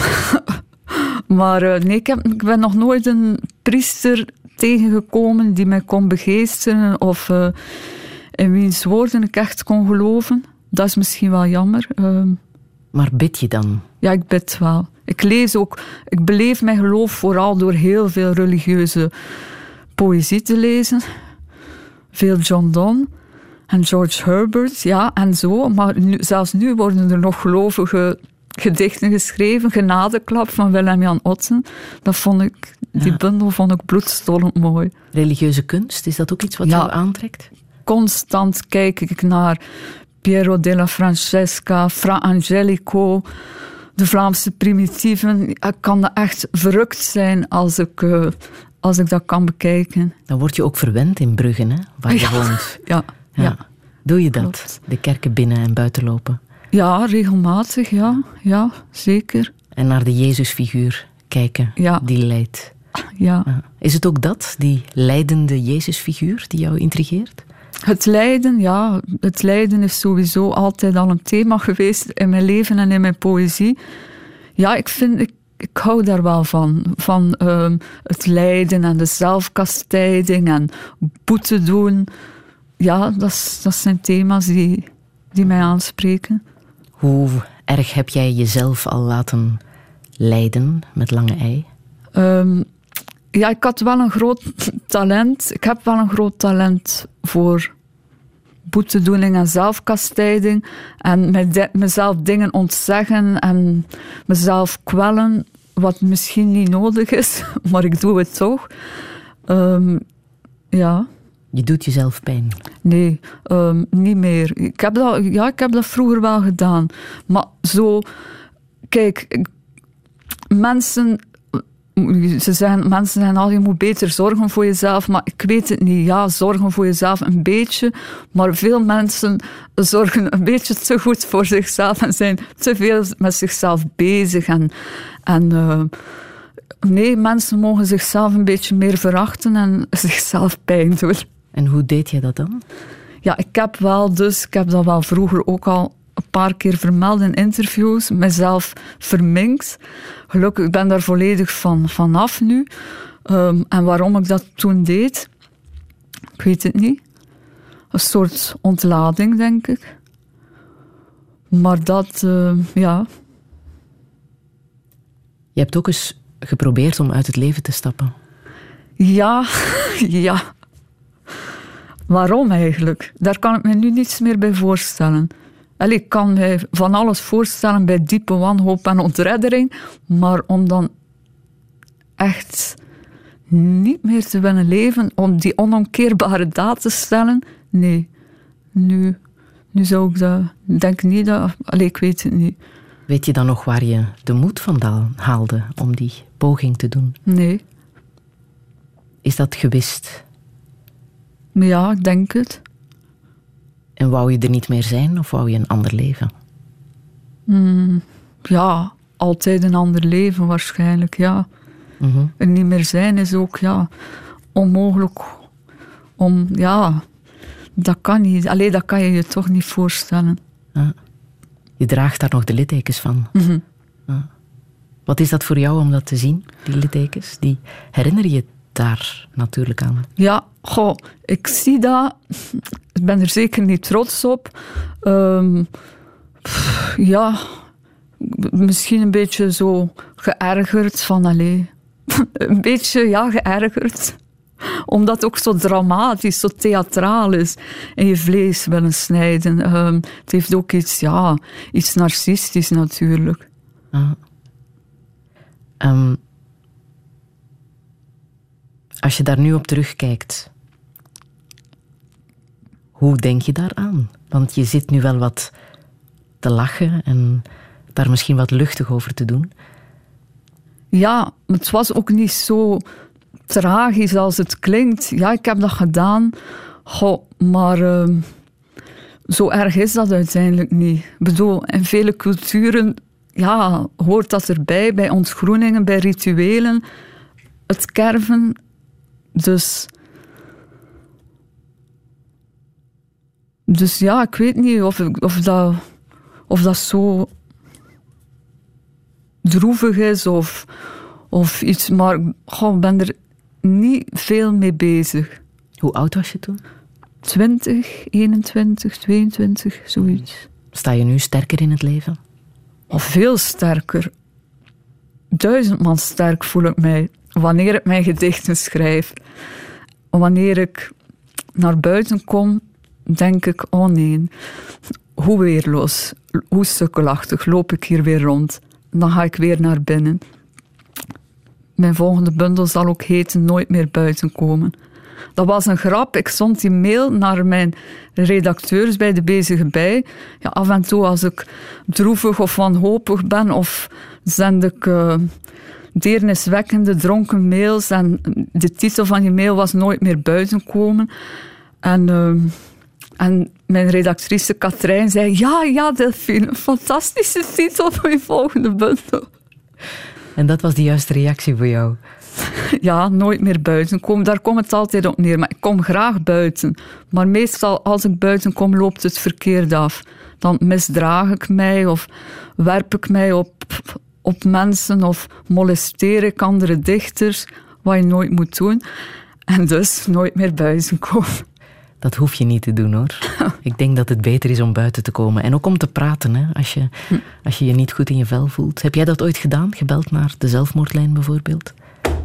Maar uh, nee, ik, heb, ik ben nog nooit een priester tegengekomen die mij kon begeesteren of uh, in wiens woorden ik echt kon geloven. Dat is misschien wel jammer. Uh, maar bid je dan? Ja, ik bid wel. Ik lees ook, ik beleef mijn geloof vooral door heel veel religieuze poëzie te lezen. Veel John Donne en George Herbert, ja, en zo. Maar nu, zelfs nu worden er nog gelovige gedichten geschreven. Genadeklap van Willem-Jan Otten. Dat vond ik, die ja. bundel vond ik bloedstollend mooi. Religieuze kunst, is dat ook iets wat ja. jou aantrekt? Constant kijk ik naar Piero della Francesca, Fra Angelico, de Vlaamse primitieven. Ik kan echt verrukt zijn als ik, uh, als ik dat kan bekijken. Dan word je ook verwend in Brugge, hè, waar je ja. woont. Ja. Ja. ja. Doe je dat? Klopt. De kerken binnen en buiten lopen? Ja, regelmatig, ja. Ja, zeker. En naar de Jezusfiguur kijken, ja. die lijdt. Ja. Ja. Is het ook dat, die lijdende Jezusfiguur, die jou intrigeert? Het lijden, ja. Het lijden is sowieso altijd al een thema geweest in mijn leven en in mijn poëzie. Ja, ik vind... Ik, ik hou daar wel van. Van uh, het lijden en de zelfkastijding en boete doen. Ja, dat, dat zijn thema's die, die mij aanspreken. Hoe erg heb jij jezelf al laten lijden met lange ei? Um, ja, ik had wel een groot talent. Ik heb wel een groot talent voor boetedoening en zelfkastijding. En me, mezelf dingen ontzeggen en mezelf kwellen, wat misschien niet nodig is, maar ik doe het toch. Um, ja... Je doet jezelf pijn? Nee, um, niet meer. Ik heb dat, ja, ik heb dat vroeger wel gedaan. Maar zo... Kijk, ik, mensen... Ze zeggen, mensen zeggen al, je moet beter zorgen voor jezelf. Maar ik weet het niet. Ja, zorgen voor jezelf een beetje. Maar veel mensen zorgen een beetje te goed voor zichzelf en zijn te veel met zichzelf bezig. En... en uh, nee, mensen mogen zichzelf een beetje meer verachten en zichzelf pijn doen. En hoe deed je dat dan? Ja, ik heb wel dus, ik heb dat wel vroeger ook al een paar keer vermeld in interviews, mezelf verminkt. Gelukkig, ik ben daar volledig van vanaf nu. Um, en waarom ik dat toen deed, ik weet het niet. Een soort ontlading, denk ik. Maar dat, uh, ja... Je hebt ook eens geprobeerd om uit het leven te stappen. Ja, ja. Waarom eigenlijk? Daar kan ik me nu niets meer bij voorstellen. Allee, ik kan mij van alles voorstellen bij diepe wanhoop en ontreddering, maar om dan echt... niet meer te willen leven om die onomkeerbare daad te stellen, nee. Nu, nu zou ik dat... Ik denk niet dat... Allee, ik weet het niet. Weet je dan nog waar je de moed vandaan haalde om die poging te doen? Nee. Is dat gewist? Ja, ik denk het. En wou je er niet meer zijn of wou je een ander leven? Mm, ja, altijd een ander leven waarschijnlijk, ja. Mm-hmm. Er niet meer zijn is ook, ja, onmogelijk om, ja, dat kan niet. Allee, dat kan je je toch niet voorstellen. Ja. Je draagt daar nog de littekens van. Mm-hmm. Ja. Wat is dat voor jou om dat te zien, die littekens? Die herinner je daar natuurlijk aan? Ja, goh, ik zie dat. Ik ben er zeker niet trots op. Um, pff, ja, misschien een beetje zo geërgerd van, allee. Een beetje, ja, geërgerd. Omdat het ook zo dramatisch, zo theatraal is. En je vlees willen snijden. Um, het heeft ook iets, ja, iets narcistisch natuurlijk. Ah. Um, als je daar nu op terugkijkt, hoe denk je daaraan? Want je zit nu wel wat te lachen en daar misschien wat luchtig over te doen. Ja, het was ook niet zo tragisch als het klinkt. Ja, ik heb dat gedaan. Goh, maar uh, zo erg is dat uiteindelijk niet. Ik bedoel, in vele culturen ja, hoort dat erbij, bij ontgroeningen, bij rituelen. Het kerven, dus... Dus ja, ik weet niet of, of, dat, of dat zo droevig is of, of iets, maar goh, ik ben er niet veel mee bezig. Hoe oud was je toen? twintig, eenentwintig, tweeëntwintig, zoiets. Sta je nu sterker in het leven? Of veel sterker. Duizendmaal sterk voel ik mij wanneer ik mijn gedichten schrijf. Wanneer ik naar buiten kom, denk ik, oh nee, hoe weerloos, hoe sukkelachtig loop ik hier weer rond. Dan ga ik weer naar binnen. Mijn volgende bundel zal ook heten Nooit meer buiten komen. Dat was een grap. Ik zond die mail naar mijn redacteurs bij de Bezige Bij. Ja, af en toe als ik droevig of wanhopig ben, of zend ik uh, deerniswekkende, dronken mails. En de titel van die mail was Nooit meer buiten komen. En, uh, en mijn redactrice Katrijn zei, ja, ja, Delphine, een fantastische titel voor je volgende bundel. En dat was de juiste reactie voor jou? Ja, nooit meer buiten komen. Daar komt het altijd op neer. Maar ik kom graag buiten. Maar meestal als ik buiten kom, loopt het verkeerd af. Dan misdraag ik mij of werp ik mij op, op mensen of molesteer ik andere dichters, wat je nooit moet doen. En dus nooit meer buiten komen. Dat hoef je niet te doen, hoor. Ik denk dat het beter is om buiten te komen. En ook om te praten, hè, als je, als je je niet goed in je vel voelt. Heb jij dat ooit gedaan? Gebeld naar de zelfmoordlijn bijvoorbeeld?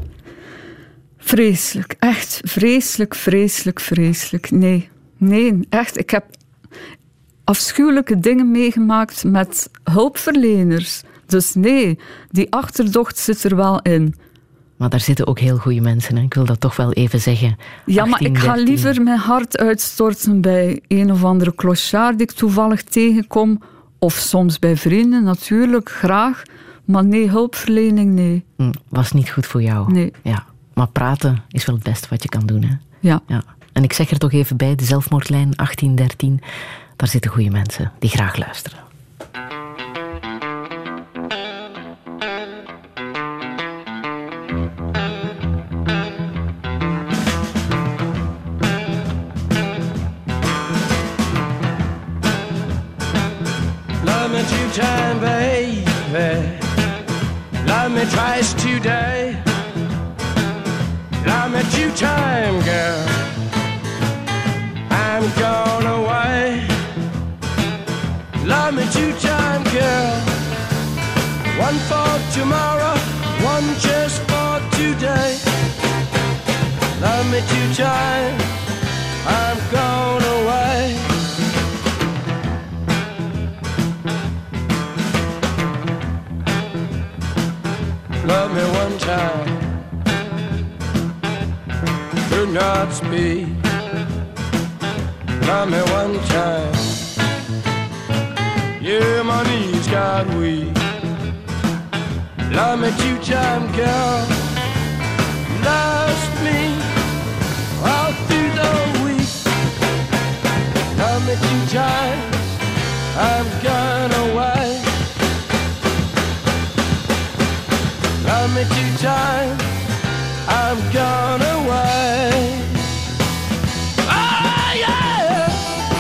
Vreselijk. Echt vreselijk, vreselijk, vreselijk. Nee. Nee, echt. Ik heb afschuwelijke dingen meegemaakt met hulpverleners. Dus nee, die achterdocht zit er wel in. Maar daar zitten ook heel goede mensen, hè? Ik wil dat toch wel even zeggen. Ja, maar achttien, ik ga dertien liever mijn hart uitstorten bij een of andere clochard die ik toevallig tegenkom. Of soms bij vrienden, natuurlijk, graag. Maar nee, hulpverlening, nee. Hm, was niet goed voor jou? Nee. Ja. Maar praten is wel het beste wat je kan doen, hè? Ja. Ja. En ik zeg er toch even bij, de zelfmoordlijn achttien dertien, daar zitten goede mensen die graag luisteren. Love me two times, baby. Love me twice today. Love me two times, girl. I'm gone away. Love me two times, girl. One for tomorrow, one just for today. Love me two times. I'm gone away. Love me one time. could not speak. Love me one time. Yeah, my knees got weak. Love me two time, girl. Lost me all through the week. Love me two times. I've gone away. Love me two times. I've gone away. Oh yeah.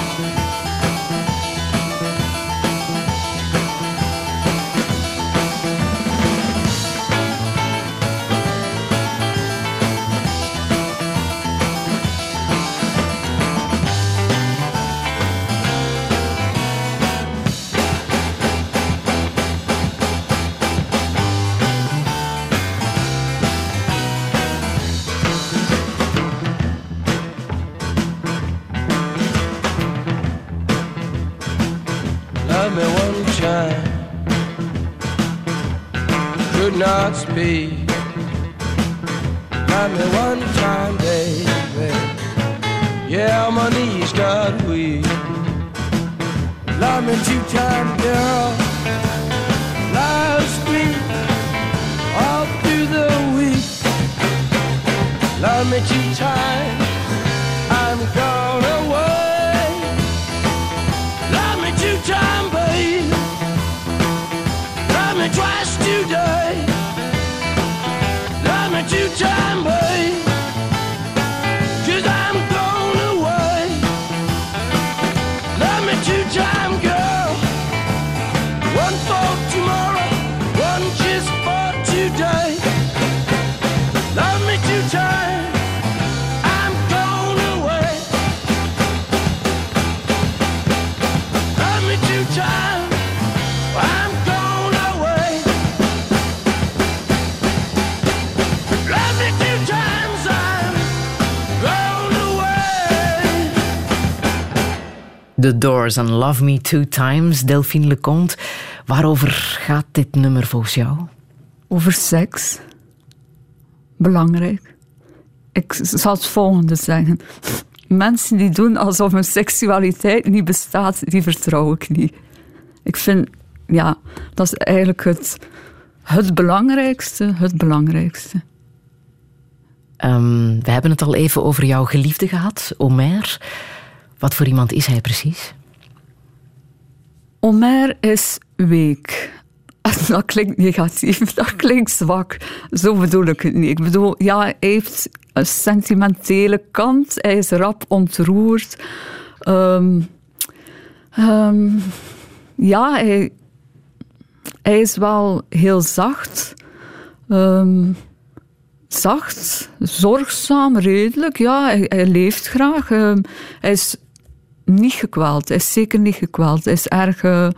Love me one time, could not speak. Love me one time, baby. Yeah, my knees got weak. Love me two time, girl. Lost me all through the week. Love me two times, I'm gone away. Love me two time, babe. Love me twice today. Love me two time, babe. Cause I'm gone away. Love me two time, girl. One for tomorrow, one just for today. Love me two time. I'm gone away. Love me two time. I'm gone away. Love me two times. I'm gone away. The Doors en Love Me Two Times, Delphine Leconte. Waarover gaat dit nummer volgens jou? Over seks. Belangrijk. Ik zal het volgende zeggen. Mensen die doen alsof hun seksualiteit niet bestaat, die vertrouw ik niet. Ik vind, ja, dat is eigenlijk het, het belangrijkste, het belangrijkste. Um, we hebben het al even over jouw geliefde gehad, Omer. Wat voor iemand is hij precies? Omer is week. Dat klinkt negatief, dat klinkt zwak. Zo bedoel ik het niet. Ik bedoel, ja, hij heeft een sentimentele kant. Hij is rap ontroerd. Um, um, ja, hij, hij is wel heel zacht. Um, zacht, zorgzaam, redelijk. Ja, hij, hij leeft graag. Um, hij is niet gekweld. Hij is zeker niet gekweld. Hij is erg uh,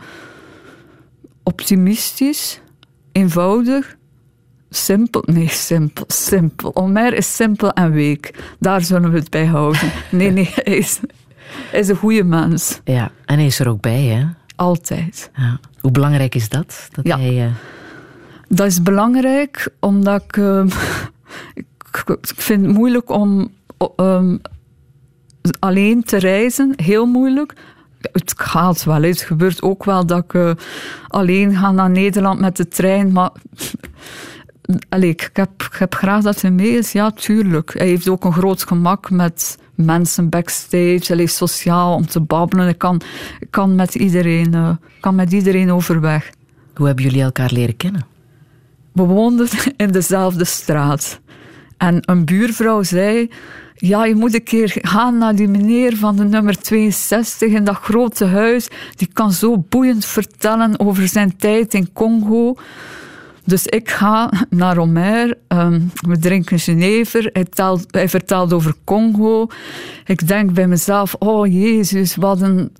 optimistisch, eenvoudig, simpel. Nee, simpel, simpel. Omer is simpel en week. Daar zullen we het bij houden. Nee, nee, hij is, hij is een goede mens. Ja, en hij is er ook bij, hè? Altijd. Ja. Hoe belangrijk is dat? dat ja. hij, uh... Dat is belangrijk, omdat ik... Uh, ik, ik vind het moeilijk om... Um, alleen te reizen, heel moeilijk. Het gaat wel, het gebeurt ook wel dat ik uh, alleen ga naar Nederland met de trein, maar allee, ik, heb, ik heb graag dat hij mee is, ja, tuurlijk. Hij heeft ook een groot gemak met mensen backstage, hij is sociaal om te babbelen, ik kan, ik kan, met iedereen, uh, kan met iedereen overweg. Hoe hebben jullie elkaar leren kennen? We woonden in dezelfde straat. En een buurvrouw zei... Ja, je moet een keer gaan naar die meneer van de nummer tweeënzestig in dat grote huis. Die kan zo boeiend vertellen over zijn tijd in Congo. Dus ik ga naar Omer. Um, we drinken Genever. Hij, telt, hij vertelt over Congo. Ik denk bij mezelf... Oh, Jezus, wat een...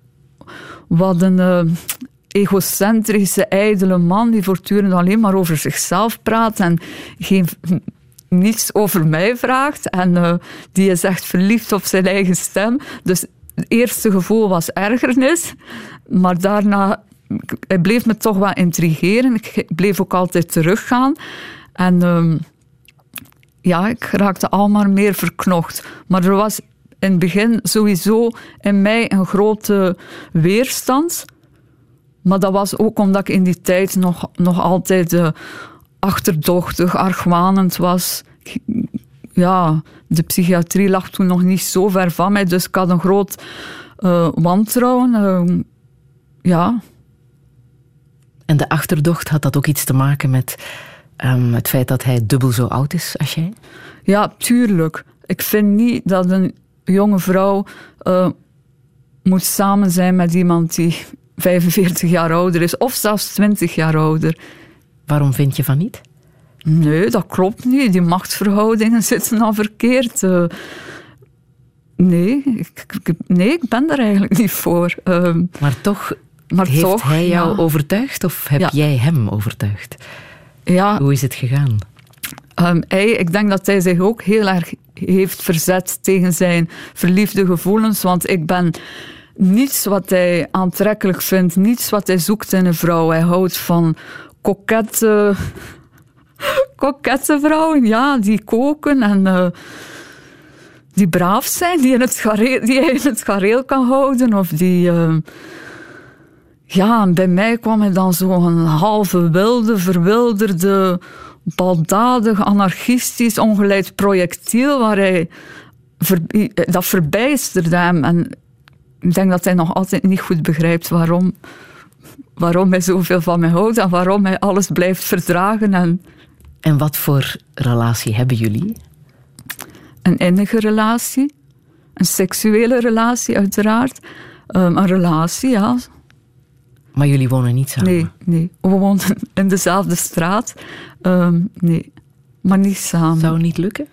Wat een... Uh, egocentrische, ijdele man die voortdurend alleen maar over zichzelf praat en geen... niets over mij vraagt en uh, die is echt verliefd op zijn eigen stem. Dus het eerste gevoel was ergernis, maar daarna hij bleef me toch wel intrigeren. Ik bleef ook altijd teruggaan. En um, ja, ik raakte al maar meer verknocht. Maar er was in het begin sowieso in mij een grote weerstand. Maar dat was ook omdat ik in die tijd nog, nog altijd uh, achterdochtig, argwanend was. Ja, de psychiatrie lag toen nog niet zo ver van mij, dus ik had een groot uh, wantrouwen. Uh, ja. En de achterdocht, had dat ook iets te maken met um, het feit dat hij dubbel zo oud is als jij? Ja, tuurlijk. Ik vind niet dat een jonge vrouw uh, moet samen zijn met iemand die vijfenveertig jaar ouder is, of zelfs twintig jaar ouder. Waarom vind je van niet? Nee, dat klopt niet. Die machtsverhoudingen zitten al verkeerd. Uh, nee, ik, ik, nee, ik ben daar eigenlijk niet voor. Uh, maar toch, maar heeft toch, hij jou ja. overtuigd of heb ja. jij hem overtuigd? Ja. Hoe is het gegaan? Um, hij, ik denk dat hij zich ook heel erg heeft verzet tegen zijn verliefde gevoelens, want ik ben niets wat hij aantrekkelijk vindt, niets wat hij zoekt in een vrouw. Hij houdt van kokette, kokette vrouwen, ja, die koken en uh, die braaf zijn, die, in het gareel, die hij in het gareel kan houden. Of die... Uh, ja, en bij mij kwam hij dan zo'n halve wilde, verwilderde, baldadig, anarchistisch, ongeleid projectiel, waar hij... Ver, dat verbijsterde hem. En ik denk dat hij nog altijd niet goed begrijpt waarom, waarom hij zoveel van mij houdt en waarom hij alles blijft verdragen. En, en wat voor relatie hebben jullie? Een innige relatie. Een seksuele relatie, uiteraard. Um, een relatie, ja. Maar jullie wonen niet samen? Nee, nee. We wonen in dezelfde straat. Um, nee, maar niet samen. Zou het niet lukken?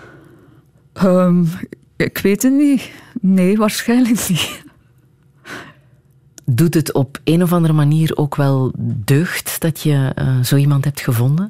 Um, ik weet het niet. Nee, waarschijnlijk niet. Doet het op een of andere manier ook wel deugd dat je uh, zo iemand hebt gevonden?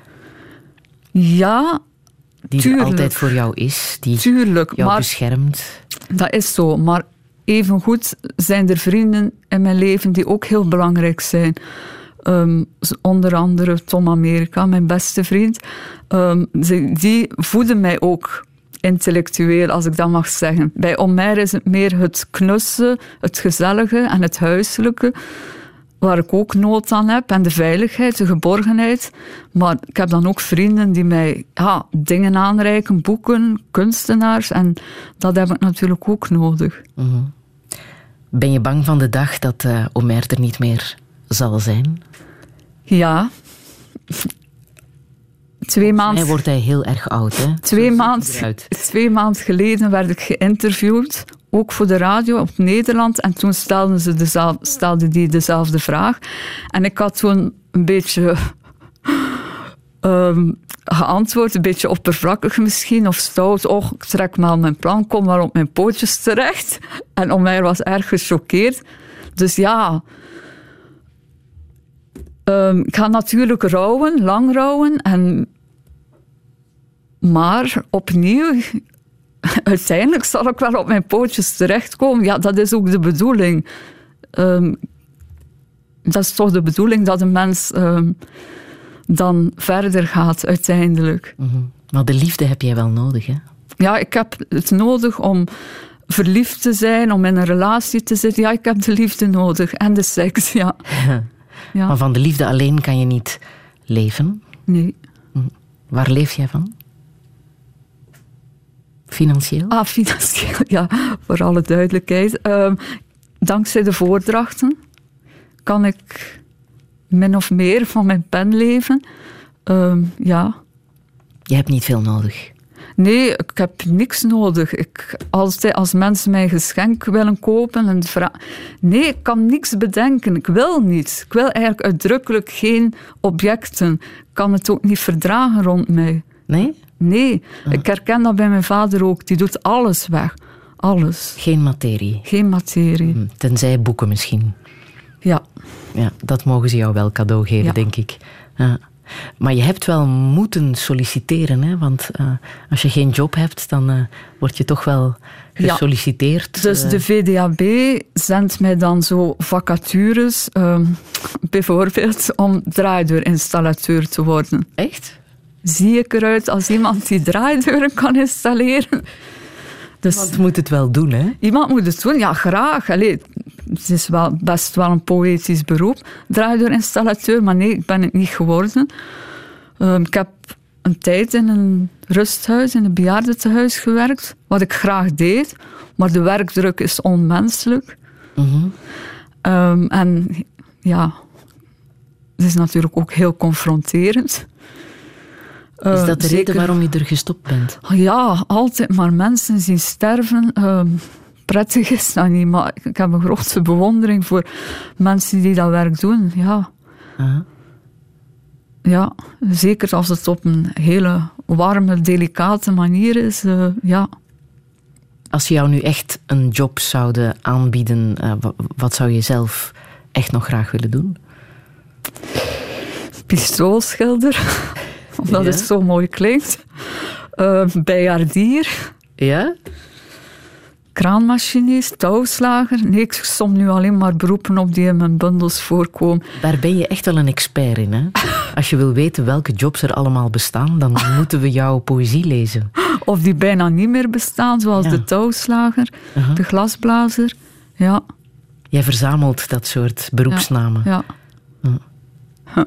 Ja, die tuurlijk. er altijd voor jou is, die tuurlijk, jou maar beschermt. Dat is zo, maar evengoed zijn er vrienden in mijn leven die ook heel belangrijk zijn. Um, onder andere Tom America, mijn beste vriend. Um, die voeden mij ook intellectueel, als ik dat mag zeggen. Bij Omer is het meer het knussen, het gezellige en het huiselijke, waar ik ook nood aan heb. En de veiligheid, de geborgenheid. Maar ik heb dan ook vrienden die mij ja, dingen aanreiken, boeken, kunstenaars. En dat heb ik natuurlijk ook nodig. Mm-hmm. Ben je bang van de dag dat uh, Omer er niet meer zal zijn? Ja. Twee maanden... Hij wordt hij heel erg oud, hè? Twee maanden twee maand geleden werd ik geïnterviewd, ook voor de radio op Nederland. En toen stelden ze dezelfde, stelde die dezelfde vraag. En ik had toen een beetje um, geantwoord, een beetje oppervlakkig misschien, of stout. Och, ik trek maar mijn plan, kom maar op mijn pootjes terecht. En Omer was erg gechoqueerd. Dus ja... Um, ik ga natuurlijk rouwen, lang rouwen. En, maar opnieuw, uiteindelijk zal ik wel op mijn pootjes terechtkomen. Ja, dat is ook de bedoeling. Um, dat is toch de bedoeling dat een mens um, dan verder gaat uiteindelijk. Mm-hmm. Maar de liefde heb jij wel nodig, hè? Ja, ik heb het nodig om verliefd te zijn, om in een relatie te zitten. Ja, ik heb de liefde nodig en de seks, ja. Ja. Maar van de liefde alleen kan je niet leven? Nee. Waar leef jij van? Financieel? Ah, financieel, ja, voor alle duidelijkheid. Um, dankzij de voordrachten kan ik min of meer van mijn pen leven. Um, ja. Je hebt niet veel nodig? Nee, ik heb niks nodig. Ik, als, als mensen mij een geschenk willen kopen... En vra- nee, ik kan niks bedenken. Ik wil niet. Ik wil eigenlijk uitdrukkelijk geen objecten. Ik kan het ook niet verdragen rond mij. Nee? Nee. Ah. Ik herken dat bij mijn vader ook. Die doet alles weg. Alles. Geen materie? Geen materie. Tenzij boeken misschien? Ja. Ja, dat mogen ze jou wel cadeau geven, ja. denk ik. Ja. Maar je hebt wel moeten solliciteren, hè? Want uh, als je geen job hebt, dan uh, word je toch wel gesolliciteerd. Ja, dus de V D A B zendt mij dan zo vacatures, um, bijvoorbeeld om draaideurinstallateur te worden. Echt? zie ik eruit als iemand die draaideuren kan installeren. Dus, iemand moet het wel doen, hè? Iemand moet het doen, ja, graag. Allee, het is wel best wel een poëtisch beroep, draaideurinstallateur, maar nee, ik ben het niet geworden. Um, ik heb een tijd in een rusthuis, in een bejaardentehuis gewerkt, wat ik graag deed, maar de werkdruk is onmenselijk. Mm-hmm. Um, en ja, het is natuurlijk ook heel confronterend. Is dat de uh, reden waarom je er gestopt bent? Ja, altijd maar mensen zien sterven. Uh, prettig is dat niet, maar ik heb een grote bewondering voor mensen die dat werk doen. Ja. Uh-huh. Ja, zeker als het op een hele warme, delicate manier is. Uh, ja. Als ze jou nu echt een job zouden aanbieden, uh, wat zou je zelf echt nog graag willen doen? Pistoolschilder, omdat ja. het zo mooi klinkt. Uh, bijaardier. Ja? Kraanmachinist, touwslager. Nee, ik som nu alleen maar beroepen op die in mijn bundels voorkomen. Daar ben je echt wel een expert in, hè? Als je wil weten welke jobs er allemaal bestaan, dan moeten we jouw poëzie lezen. Of die bijna niet meer bestaan, zoals ja. de touwslager, uh-huh. de glasblazer. Ja. Jij verzamelt dat soort beroepsnamen. Ja. ja. Hm. Huh.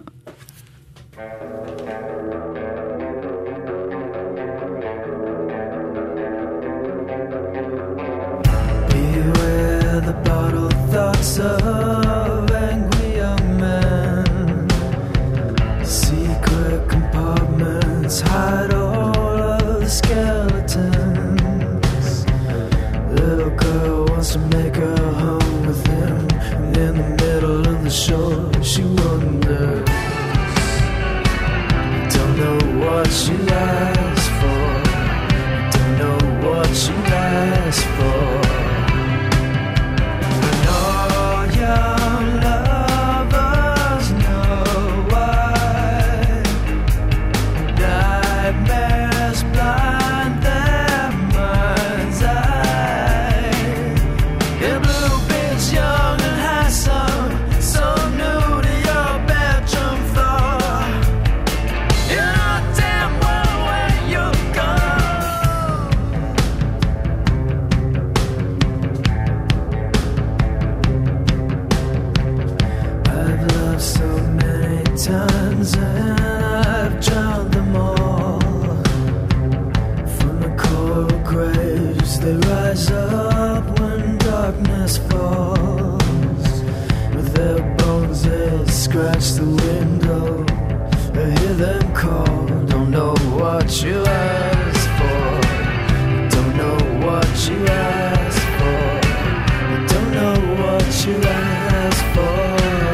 Beware the bottled thoughts of angry young men. Secret compartments hide all of the skeletons. Little girl wants to make a home with him, and in the middle of the shore she wonders. Don't know what she asks for. Don't know what she asks for. And all young lovers know why nightmares blind their mind's eye. Your blue bitch, young and handsome, so new to your bedroom floor. You know damn well where you go. I've loved so many times and I've drowned them all. From the coral graves they rise up when darkness falls. With their bones they scratch the window. I hear them call. Don't know what you ask for. Don't know what you ask for. Don't know what you ask for.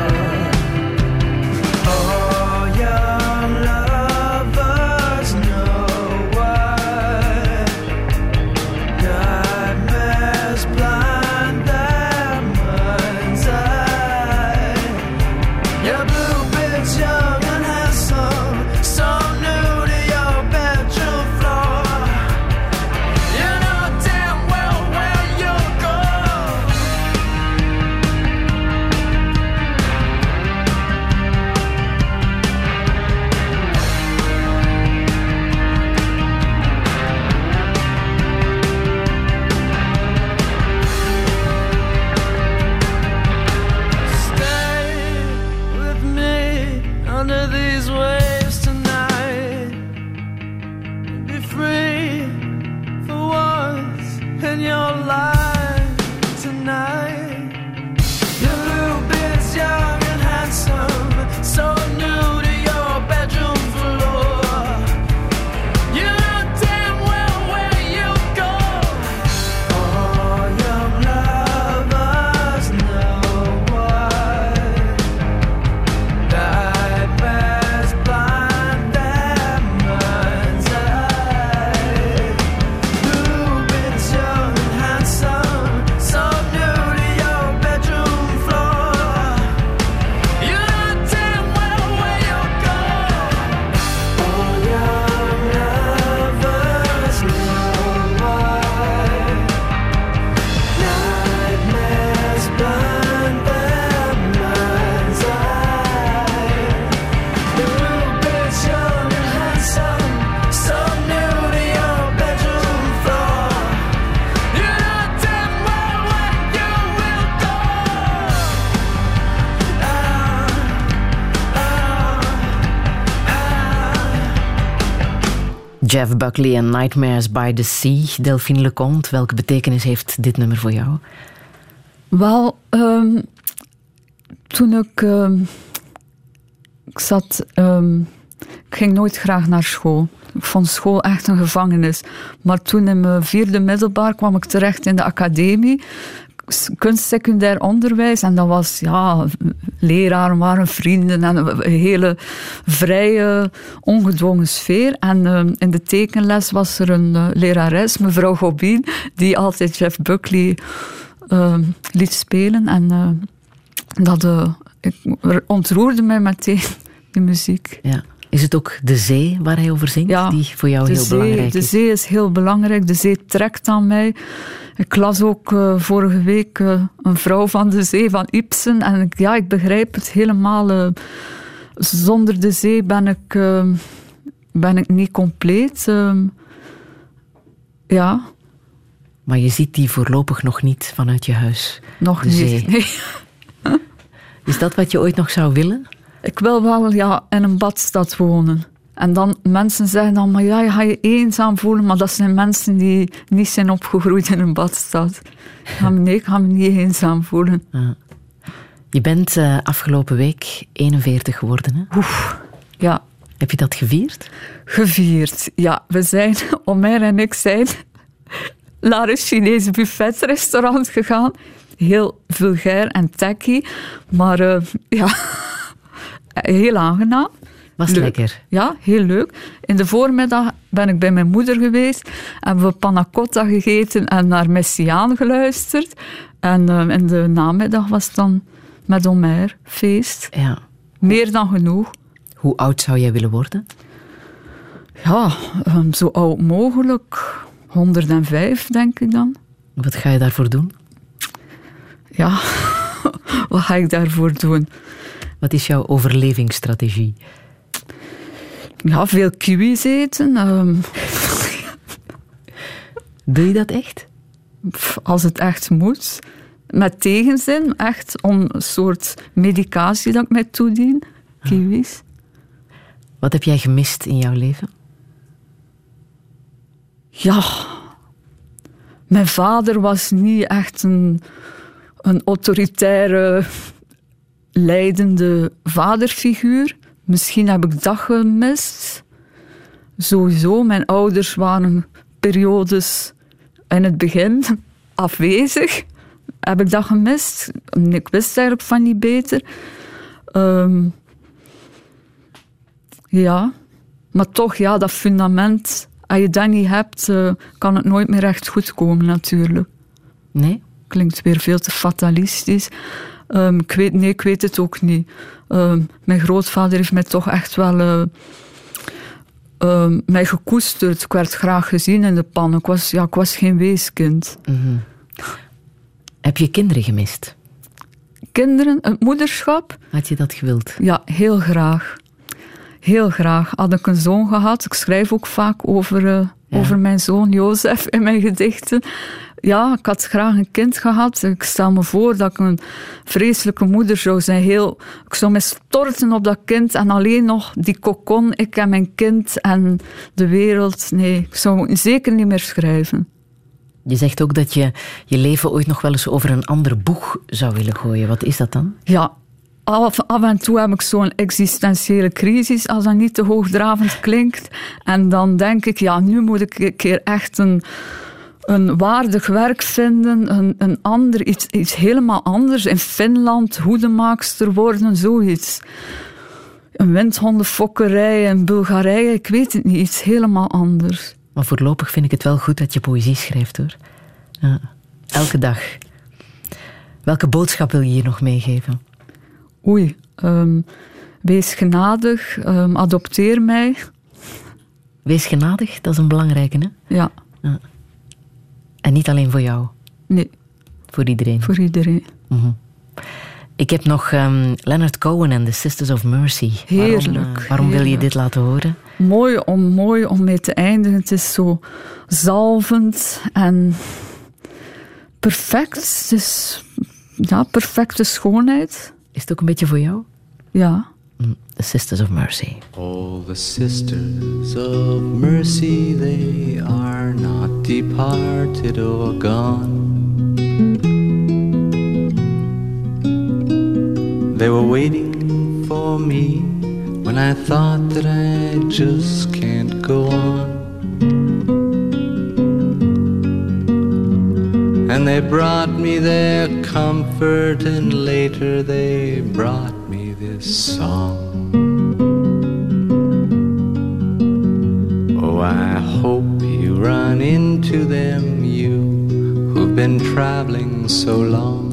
All young lovers know why nightmares blind their mind's eye. Your blue bitch, young and handsome, so new to your bedroom floor. You know damn well Jeff Buckley en Nightmares by the Sea. Delphine Leconte, welke betekenis heeft dit nummer voor jou? Wel, um, toen ik... Um, ik zat... Um, ik ging nooit graag naar school. Ik vond school echt een gevangenis. Maar toen in mijn vierde middelbaar kwam ik terecht in de academie. Kunstsecundair onderwijs. En dat was, ja, leraren waren vrienden en een hele vrije, ongedwongen sfeer. En uh, in de tekenles was er een uh, lerares, mevrouw Gobin, die altijd Jeff Buckley uh, liet spelen. En uh, dat uh, ik, ontroerde mij meteen, die muziek. Ja. Is het ook de zee waar hij over zingt, ja, die voor jou heel zee, belangrijk de is? De zee is heel belangrijk. De zee trekt aan mij. Ik las ook uh, vorige week uh, Een vrouw van de zee van Ibsen. En ik, ja, ik begrijp het helemaal. Uh, zonder de zee ben ik, uh, ben ik niet compleet. Uh, ja. Maar je ziet die voorlopig nog niet vanuit je huis. Nog de niet, zee. nee. Is dat wat je ooit nog zou willen? Ik wil wel ja, in een badstad wonen. En dan mensen zeggen dan, maar ja, je gaat je eenzaam voelen, maar dat zijn mensen die niet zijn opgegroeid in een badstad. Ja, nee, ik ga me niet eenzaam voelen. Ah. Je bent uh, afgelopen week eenenveertig geworden, hè? Oef, ja. Heb je dat gevierd? Gevierd, ja. We zijn, Omer en ik zijn naar een Chinees buffetrestaurant gegaan. Heel vulgair en tacky, maar uh, ja... heel aangenaam. Was leuk. Lekker? Ja, heel leuk. In de voormiddag ben ik bij mijn moeder geweest. Hebben we panna cotta gegeten en naar Messiaen geluisterd. En uh, in de namiddag was het dan met Omer feest. Ja. Meer dan genoeg. Hoe oud zou jij willen worden? Ja, um, zo oud mogelijk. honderdvijf, denk ik dan. Wat ga je daarvoor doen? Ja, wat ga ik daarvoor doen? Wat is jouw overlevingsstrategie? Ja, veel kiwis eten. Um... Doe je dat echt? Als het echt moet. Met tegenzin, echt om een soort medicatie dat ik mij toedien. Kiwis. Wat heb jij gemist in jouw leven? Ja, mijn vader was niet echt een, een autoritaire, leidende vaderfiguur. Misschien heb ik dat gemist. Sowieso, mijn ouders waren periodes in het begin afwezig. Heb ik dat gemist? Ik wist eigenlijk van niet beter. Um, ja, maar toch, ja, dat fundament, als je dat niet hebt, uh, kan het nooit meer echt goed komen, natuurlijk. Nee? Klinkt weer veel te fatalistisch. Um, ik weet, nee, ik weet het ook niet. Um, mijn grootvader heeft mij toch echt wel uh, um, mij gekoesterd. Ik werd graag gezien in de pan. Ik was, ja, ik was geen weeskind. Mm-hmm. Heb je kinderen gemist? Kinderen, het moederschap? Had je dat gewild? Ja, heel graag. Heel graag. Had ik een zoon gehad. Ik schrijf ook vaak over, uh, ja. over mijn zoon Jozef in mijn gedichten. Ja, ik had graag een kind gehad. Ik stel me voor dat ik een vreselijke moeder zou zijn. Heel, ik zou me storten op dat kind en alleen nog die kokon, ik en mijn kind en de wereld. Nee, ik zou zeker niet meer schrijven. Je zegt ook dat je je leven ooit nog wel eens over een ander boeg zou willen gooien. Wat is dat dan? Ja, af, af en toe heb ik zo'n existentiële crisis, als dat niet te hoogdravend klinkt. En dan denk ik, ja, nu moet ik een keer echt een... een waardig werk vinden, een, een ander, iets, iets helemaal anders. In Finland hoedemaakster worden, zoiets. Een windhondenfokkerij in Bulgarije, ik weet het niet, iets helemaal anders. Maar voorlopig vind ik het wel goed dat je poëzie schrijft, hoor. Ja. Elke dag. Welke boodschap wil je hier nog meegeven? Oei, um, wees genadig, um, adopteer mij. Wees genadig, dat is een belangrijke, hè? Ja. ja. En niet alleen voor jou? Nee. Voor iedereen? Voor iedereen. Mm-hmm. Ik heb nog um, Leonard Cohen en The Sisters of Mercy. Heerlijk. Waarom, uh, waarom heerlijk. wil je dit laten horen? Mooi om, mooi om mee te eindigen. Het is zo zalvend en perfect. Het is ja, perfecte schoonheid. Is het ook een beetje voor jou? Ja. The Sisters of Mercy. Oh, the Sisters of Mercy, they are not departed or gone. They were waiting for me when I thought that I just can't go on. And they brought me their comfort, and later they brought me this song. Oh, I hope you run into them, you who've been traveling so long.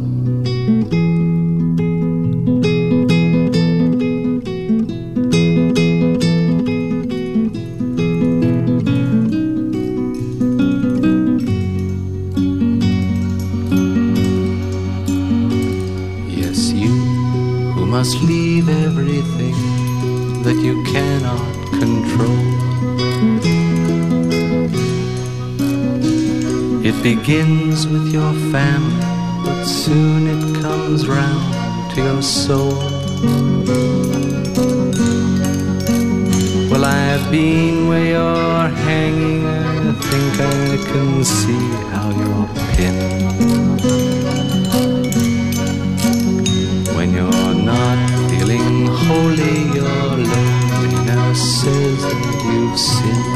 Must leave everything that you cannot control. It begins with your family, but soon it comes round to your soul. Well, I've been where you're hanging, I think I can see how you're pinned. When you're not feeling holy, your loneliness says that you've sinned.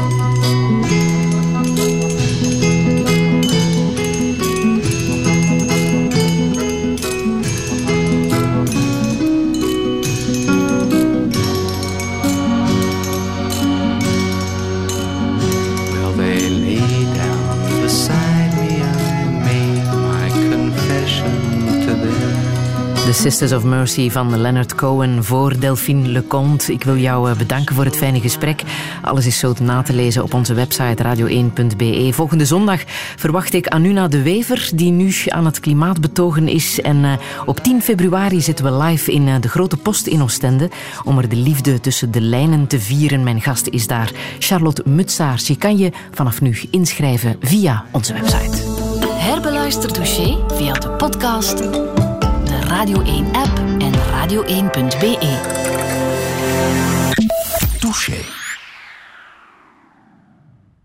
Well, they lay down beside me, I made my confession to them. The Sisters of Mercy van Leonard Cohen voor Delphine Leconte. Ik wil jou bedanken voor het fijne gesprek. Alles is zo na te lezen op onze website radio één punt b e. Volgende zondag verwacht ik Anuna de Wever, die nu aan het klimaatbetogen is. En uh, op tien februari zitten we live in uh, de Grote Post in Oostende om er de liefde tussen de lijnen te vieren. Mijn gast is daar Charlotte Mutsaars. Je kan je vanaf nu inschrijven via onze website. Herbeluister Touché via de podcast, de Radio één app en radio één punt b e. Touché.